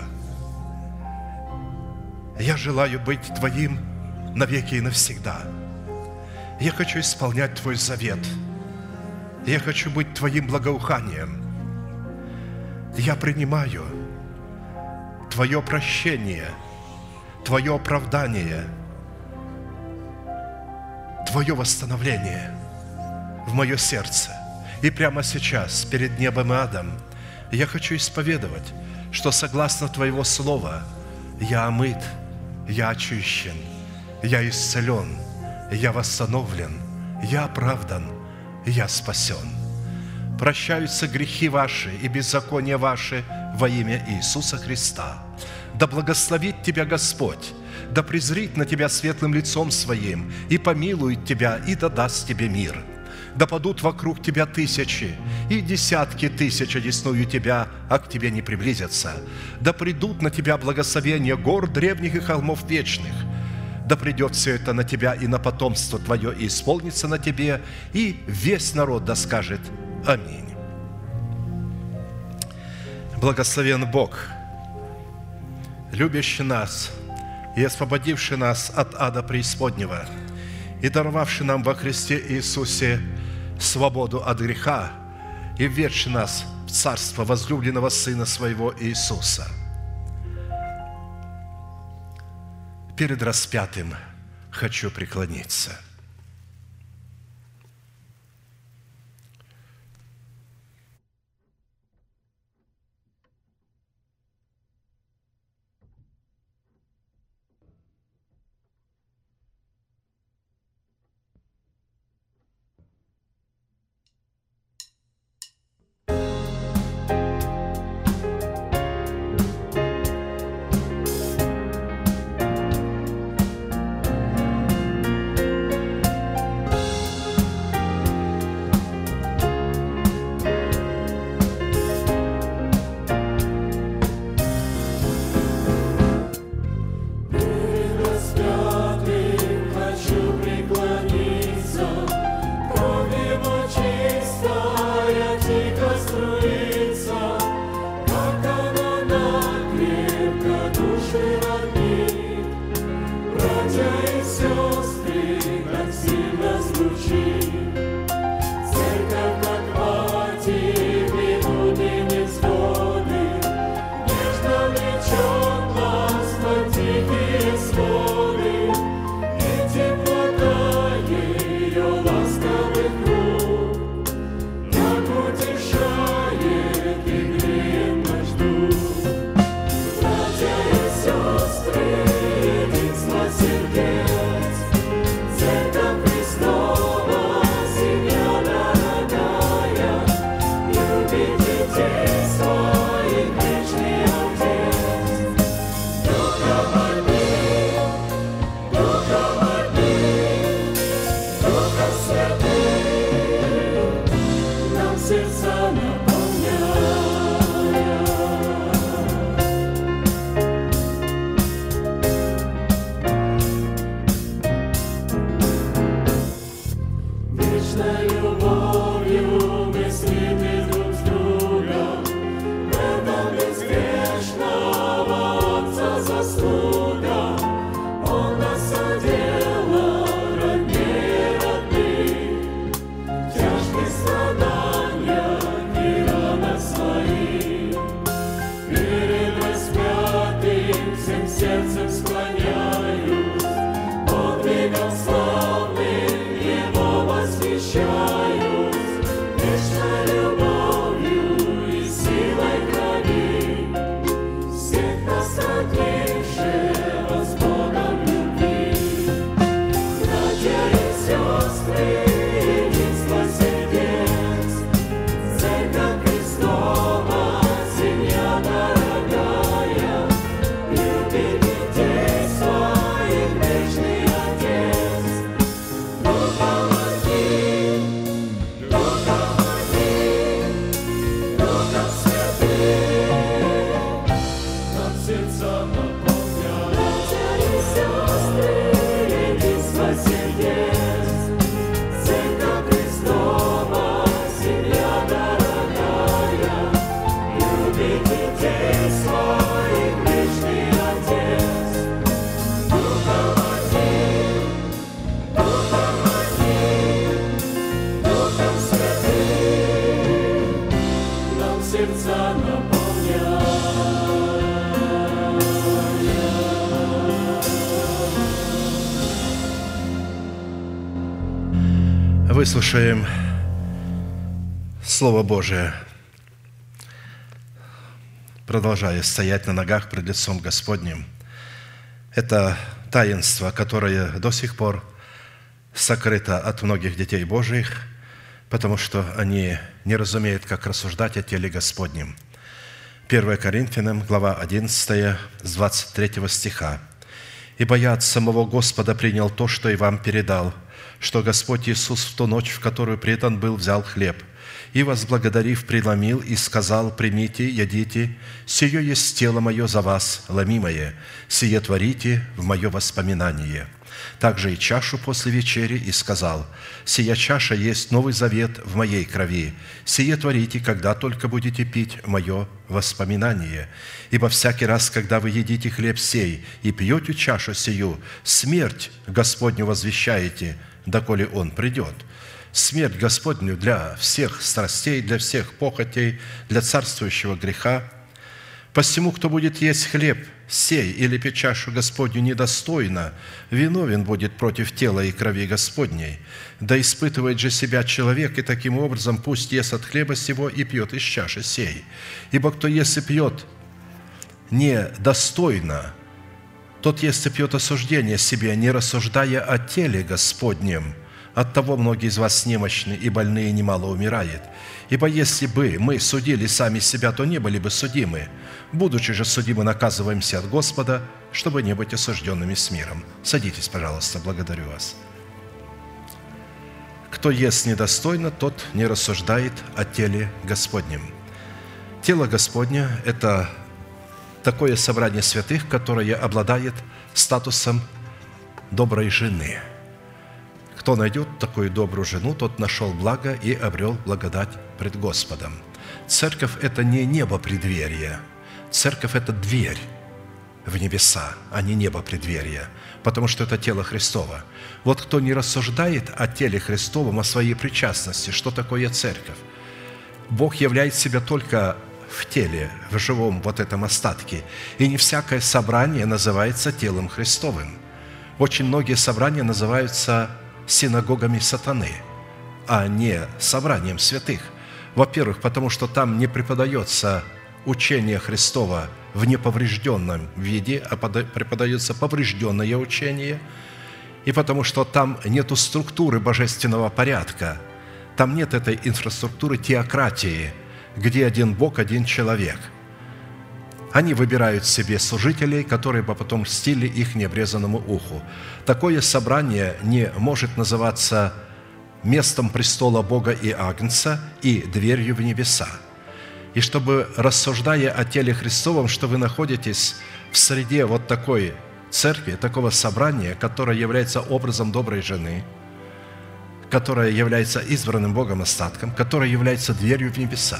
Я желаю быть Твоим навеки и навсегда. Я хочу исполнять Твой завет. Я хочу быть Твоим благоуханием. Я принимаю Твое прощение, Твое оправдание, Твое восстановление в мое сердце. И прямо сейчас, перед небом и адом, я хочу исповедовать, что согласно Твоего Слова я омыт, я очищен, я исцелен, я восстановлен, я оправдан, я спасен. Прощаются грехи ваши и беззакония ваши во имя Иисуса Христа. Да благословит тебя Господь, да презрит на тебя светлым лицом Своим, и помилует тебя, и да даст тебе мир. Да падут вокруг тебя тысячи, и десятки тысяч одесную тебя, а к тебе не приблизятся. Да придут на тебя благословения гор древних и холмов вечных. Да придет все это на тебя и на потомство твое, и исполнится на тебе, и весь народ да скажет Аминь. Благословен Бог, любящий нас и освободивший нас от ада преисподнего, и даровавший нам во Христе Иисусе свободу от греха, и введший нас в царство возлюбленного Сына Своего Иисуса. Перед распятым хочу преклониться. Выслушаем Слово Божие, продолжая стоять на ногах пред лицом Господним. Это таинство, которое до сих пор сокрыто от многих детей Божьих, потому что они не разумеют, как рассуждать о теле Господнем. первое Коринфянам, глава одиннадцатая, с двадцать третьего стиха. «Ибо я от самого Господа принял то, что и вам передал, что Господь Иисус в ту ночь, в которую предан был, взял хлеб, и, возблагодарив, преломил и сказал: примите, едите, сие есть тело мое за вас, ломимое, сие творите в мое воспоминание. Также и чашу после вечери, и сказал: сия чаша есть новый завет в моей крови, сие творите, когда только будете пить мое воспоминание. Ибо всякий раз, когда вы едите хлеб сей и пьете чашу сию, смерть Господню возвещаете, доколе Он придет». Смерть Господню для всех страстей, для всех похотей, для царствующего греха. «Посему, кто будет есть хлеб сей или пить чашу Господню недостойно, виновен будет против тела и крови Господней. Да испытывает же себя человек, и таким образом пусть ест от хлеба сего и пьет из чаши сей. Ибо кто ест и пьет недостойно, тот ест и пьет осуждение себе, не рассуждая о теле Господнем. Оттого многие из вас немощны и больные немало умирает. Ибо если бы мы судили сами себя, то не были бы судимы. Будучи же судимы, наказываемся от Господа, чтобы не быть осужденными с миром». Садитесь, пожалуйста, благодарю вас. «Кто ест недостойно, тот не рассуждает о теле Господнем». Тело Господне – это такое собрание святых, которое обладает статусом доброй жены. Кто найдет такую добрую жену, тот нашел благо и обрел благодать пред Господом. Церковь – это не небо преддверия. Церковь – это дверь в небеса, а не небо преддверия, потому что это тело Христово. Вот кто не рассуждает о теле Христовом, о своей причастности, что такое церковь? Бог являет себя только в теле, в живом вот этом остатке, и не всякое собрание называется телом Христовым. Очень многие собрания называются синагогами сатаны, а не собранием святых. Во-первых, потому что там не преподается учение Христова в неповрежденном виде, а преподается поврежденное учение, и потому что там нету структуры божественного порядка, там нет этой инфраструктуры теократии, где один Бог, один человек. Они выбирают себе служителей, которые бы потом мстили их необрезанному уху. Такое собрание не может называться местом престола Бога и Агнца и дверью в небеса. И чтобы, рассуждая о теле Христовом, что вы находитесь в среде вот такой церкви, такого собрания, которое является образом доброй жены, которое является избранным Богом остатком, которое является дверью в небеса.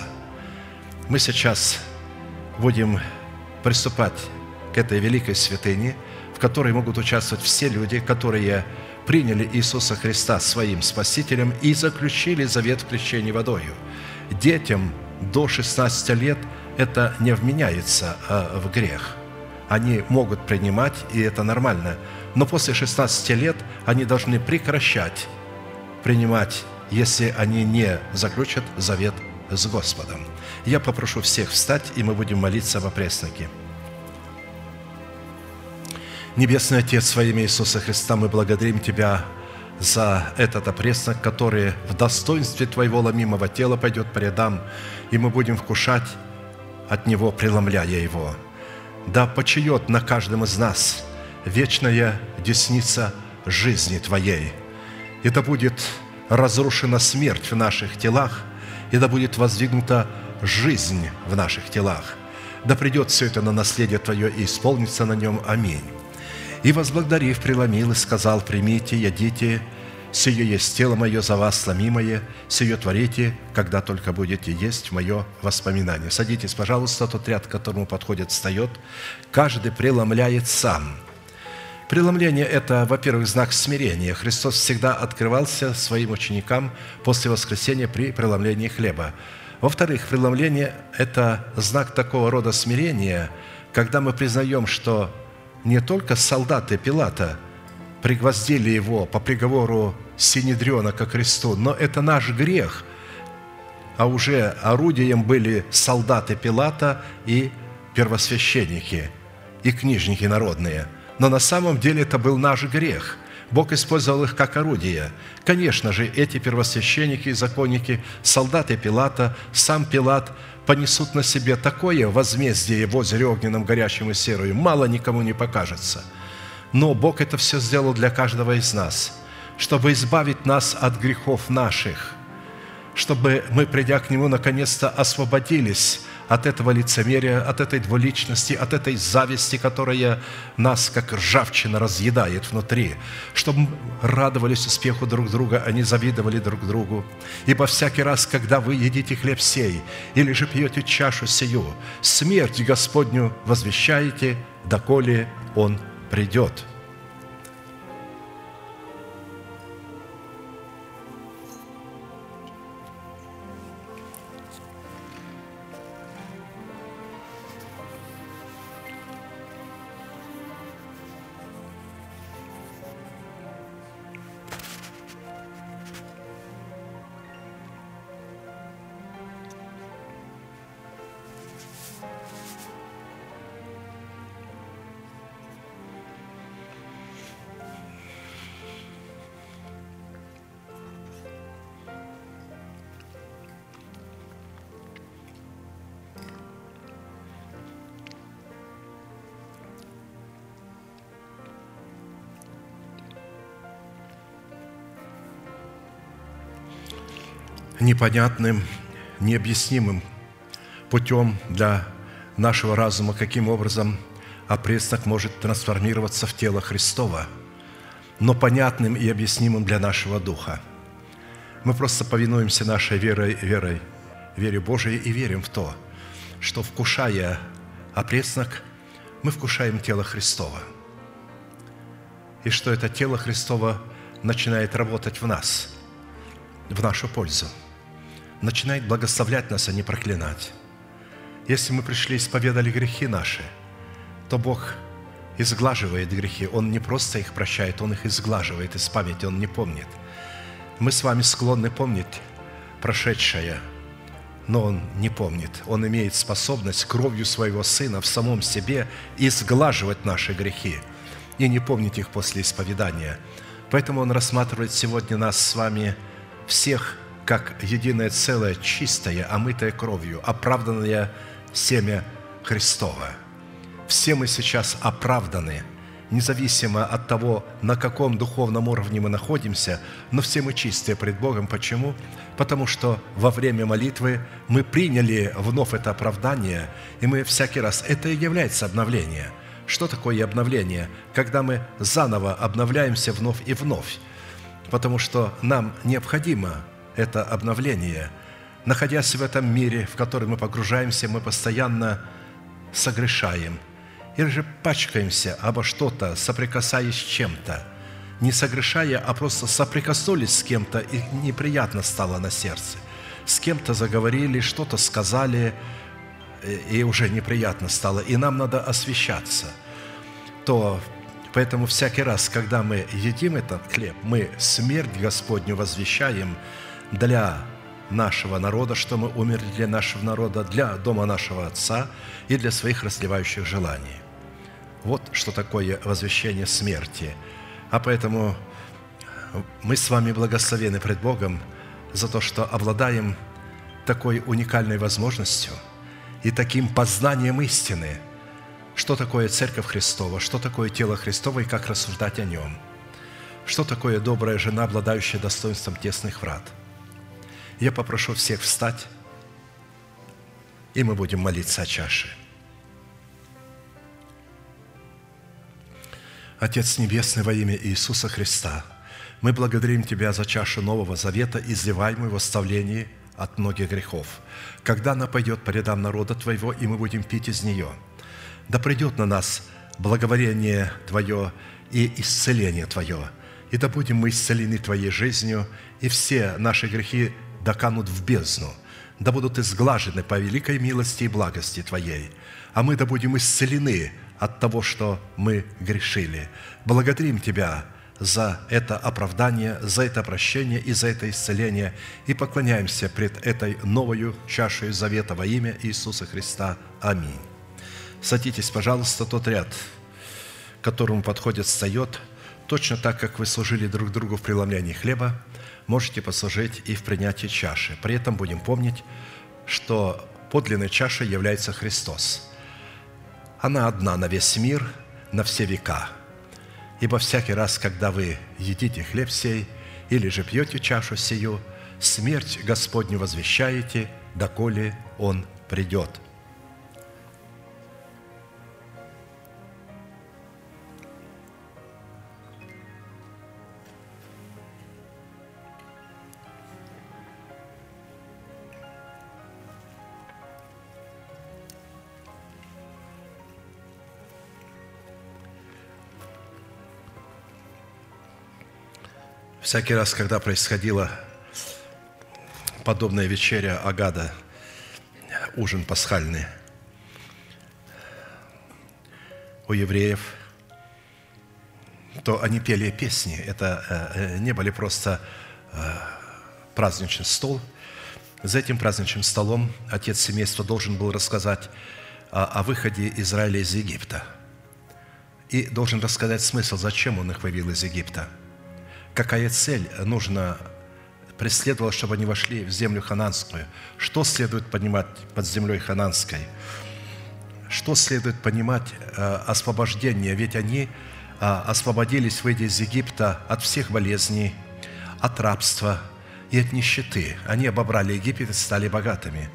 Мы сейчас будем приступать к этой великой святыне, в которой могут участвовать все люди, которые приняли Иисуса Христа своим Спасителем и заключили завет в крещении водою. Детям до шестнадцати лет это не вменяется в грех. Они могут принимать, и это нормально. Но после шестнадцати лет они должны прекращать принимать, если они не заключат завет с Господом. Я попрошу всех встать, и мы будем молиться во пресноке. Небесный Отец, во имя Иисуса Христа, мы благодарим Тебя за этот опреснок, который в достоинстве Твоего ломимого тела пойдет по рядам, и мы будем вкушать от Него, преломляя Его. Да почиет на каждом из нас вечная десница жизни Твоей, и да будет разрушена смерть в наших телах, и да будет воздвигнута жизнь в наших телах. Да придет все это на наследие Твое и исполнится на нем. Аминь. И, возблагодарив, преломил и сказал: примите, едите, сие есть тело мое за вас ломимое, сие творите, когда только будете есть в мое воспоминание. Садитесь, пожалуйста, тот ряд, к которому подходит, встает. Каждый преломляет сам. Преломление – это, во-первых, знак смирения. Христос всегда открывался своим ученикам после воскресения при преломлении хлеба. Во-вторых, преломление – это знак такого рода смирения, когда мы признаем, что не только солдаты Пилата пригвоздили его по приговору Синедриона ко кресту, но это наш грех, а уже орудием были солдаты Пилата и первосвященники, и книжники народные. Но на самом деле это был наш грех. Бог использовал их как орудие. Конечно же, эти первосвященники и законники, солдаты Пилата, сам Пилат понесут на себе такое возмездие в озере огненном, горячем и серую, мало никому не покажется. Но Бог это все сделал для каждого из нас, чтобы избавить нас от грехов наших, чтобы мы, придя к Нему, наконец-то освободились от этого лицемерия, от этой двуличности, от этой зависти, которая нас, как ржавчина, разъедает внутри, чтобы мы радовались успеху друг друга, а не завидовали друг другу. Ибо всякий раз, когда вы едите хлеб сей или же пьете чашу сию, смерть Господню возвещаете, доколе Он придет». Непонятным, необъяснимым путем для нашего разума, каким образом опреснок может трансформироваться в тело Христово, но понятным и объяснимым для нашего духа. Мы просто повинуемся нашей верой, верой, вере Божией и верим в то, что, вкушая опреснок, мы вкушаем тело Христово, и что это тело Христово начинает работать в нас, в нашу пользу, начинает благословлять нас, а не проклинать. Если мы пришли и исповедали грехи наши, то Бог изглаживает грехи. Он не просто их прощает, Он их изглаживает из памяти, Он не помнит. Мы с вами склонны помнить прошедшее, но Он не помнит. Он имеет способность кровью Своего Сына в самом себе изглаживать наши грехи и не помнить их после исповедания. Поэтому Он рассматривает сегодня нас с вами всех как единое целое, чистое, омытое кровью, оправданное семя Христово. Все мы сейчас оправданы, независимо от того, на каком духовном уровне мы находимся, но все мы чистые пред Богом. Почему? Потому что во время молитвы мы приняли вновь это оправдание, и мы всякий раз, это и является обновление. Что такое обновление? Когда мы заново обновляемся вновь и вновь, потому что нам необходимо это обновление. Находясь в этом мире, в который мы погружаемся, мы постоянно согрешаем или же пачкаемся обо что-то, соприкасаясь с чем-то. Не согрешая, а просто соприкоснулись с кем-то, и неприятно стало на сердце. С кем-то заговорили, что-то сказали, и уже неприятно стало, и нам надо освящаться. То поэтому всякий раз, когда мы едим этот хлеб, мы смерть Господню возвещаем для нашего народа, что мы умерли для нашего народа, для дома нашего Отца и для своих расливающих желаний. Вот что такое возвещение смерти. А поэтому мы с вами благословены пред Богом за то, что обладаем такой уникальной возможностью и таким познанием истины, что такое Церковь Христова, что такое тело Христово и как рассуждать о нем, что такое добрая жена, обладающая достоинством тесных врат. Я попрошу всех встать, и мы будем молиться о чаше. Отец Небесный, во имя Иисуса Христа, мы благодарим Тебя за чашу Нового Завета, изливаемую в оставлении от многих грехов. Когда она пойдет по рядам народа Твоего, и мы будем пить из нее, да придет на нас благоволение Твое и исцеление Твое, и да будем мы исцелены Твоей жизнью, и все наши грехи да канут в бездну, да будут изглажены по великой милости и благости Твоей, а мы да будем исцелены от того, что мы грешили. Благодарим Тебя за это оправдание, за это прощение и за это исцеление, и поклоняемся пред этой новою чашей завета во имя Иисуса Христа. Аминь. Садитесь, пожалуйста, тот ряд, к которому подходит, встает. точно так, как вы служили друг другу в преломлянии хлеба, можете послужить и в принятии чаши. При этом будем помнить, что подлинной чашей является Христос. Она одна на весь мир, на все века. Ибо всякий раз, когда вы едите хлеб сей или же пьете чашу сию, смерть Господню возвещаете, доколе Он придет». Всякий раз, когда происходила подобная вечеря Агада, ужин пасхальный у евреев, то они пели песни. Это не были просто праздничный стол. За этим праздничным столом отец семейства должен был рассказать о выходе Израиля из Египта. И должен рассказать смысл, зачем он их вывел из Египта. Какая цель нужно преследовала, чтобы они вошли в землю хананскую? Что следует понимать под землей хананской? Что следует понимать э, освобождение? Ведь они э, освободились, выйдя из Египта, от всех болезней, от рабства и от нищеты. Они обобрали Египет и стали богатыми.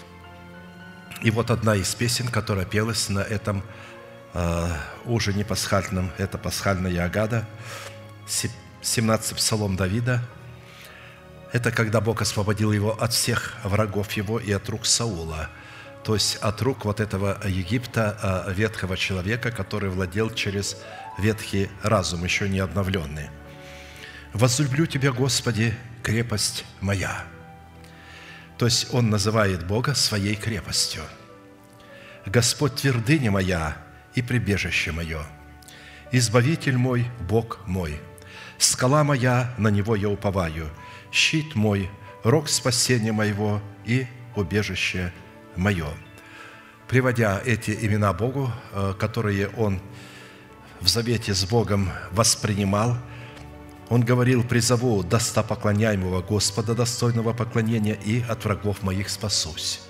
И вот одна из песен, которая пелась на этом э, ужине пасхальном, это пасхальная Агада, семнадцатый псалом Давида. Это когда Бог освободил его от всех врагов его и от рук Саула, то есть от рук вот этого Египта, ветхого человека, который владел через ветхий разум, еще не обновленный. «Возлюблю Тебя, Господи, крепость моя». То есть он называет Бога своей крепостью. «Господь, твердыня моя и прибежище мое, избавитель мой, Бог мой». Скала моя, на Него я уповаю, щит мой, рог спасения моего и убежище мое. Приводя эти имена Богу, которые он в завете с Богом воспринимал, он говорил: «Призову достопоклоняемого Господа, достойного поклонения, и от врагов моих спасусь».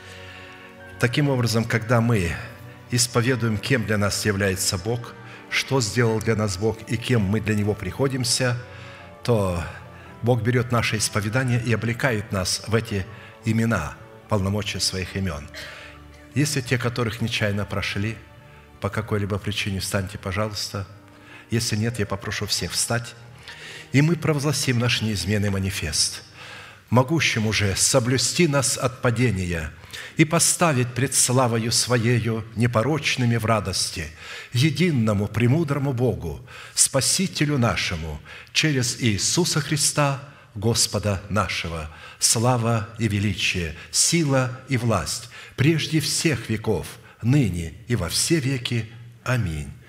Таким образом, когда мы исповедуем, кем для нас является Бог, что сделал для нас Бог и кем мы для Него приходимся, то Бог берет наше исповедание и облекает нас в эти имена, полномочия своих имен. Если те, которых нечаянно прошли, по какой-либо причине встаньте, пожалуйста. Если нет, я попрошу всех встать. И мы провозгласим наш неизменный манифест. «Могущему же соблюсти нас от падения и поставить пред славою Своею непорочными в радости, единому премудрому Богу, Спасителю нашему, через Иисуса Христа, Господа нашего, слава и величие, сила и власть, прежде всех веков, ныне и во все веки. Аминь».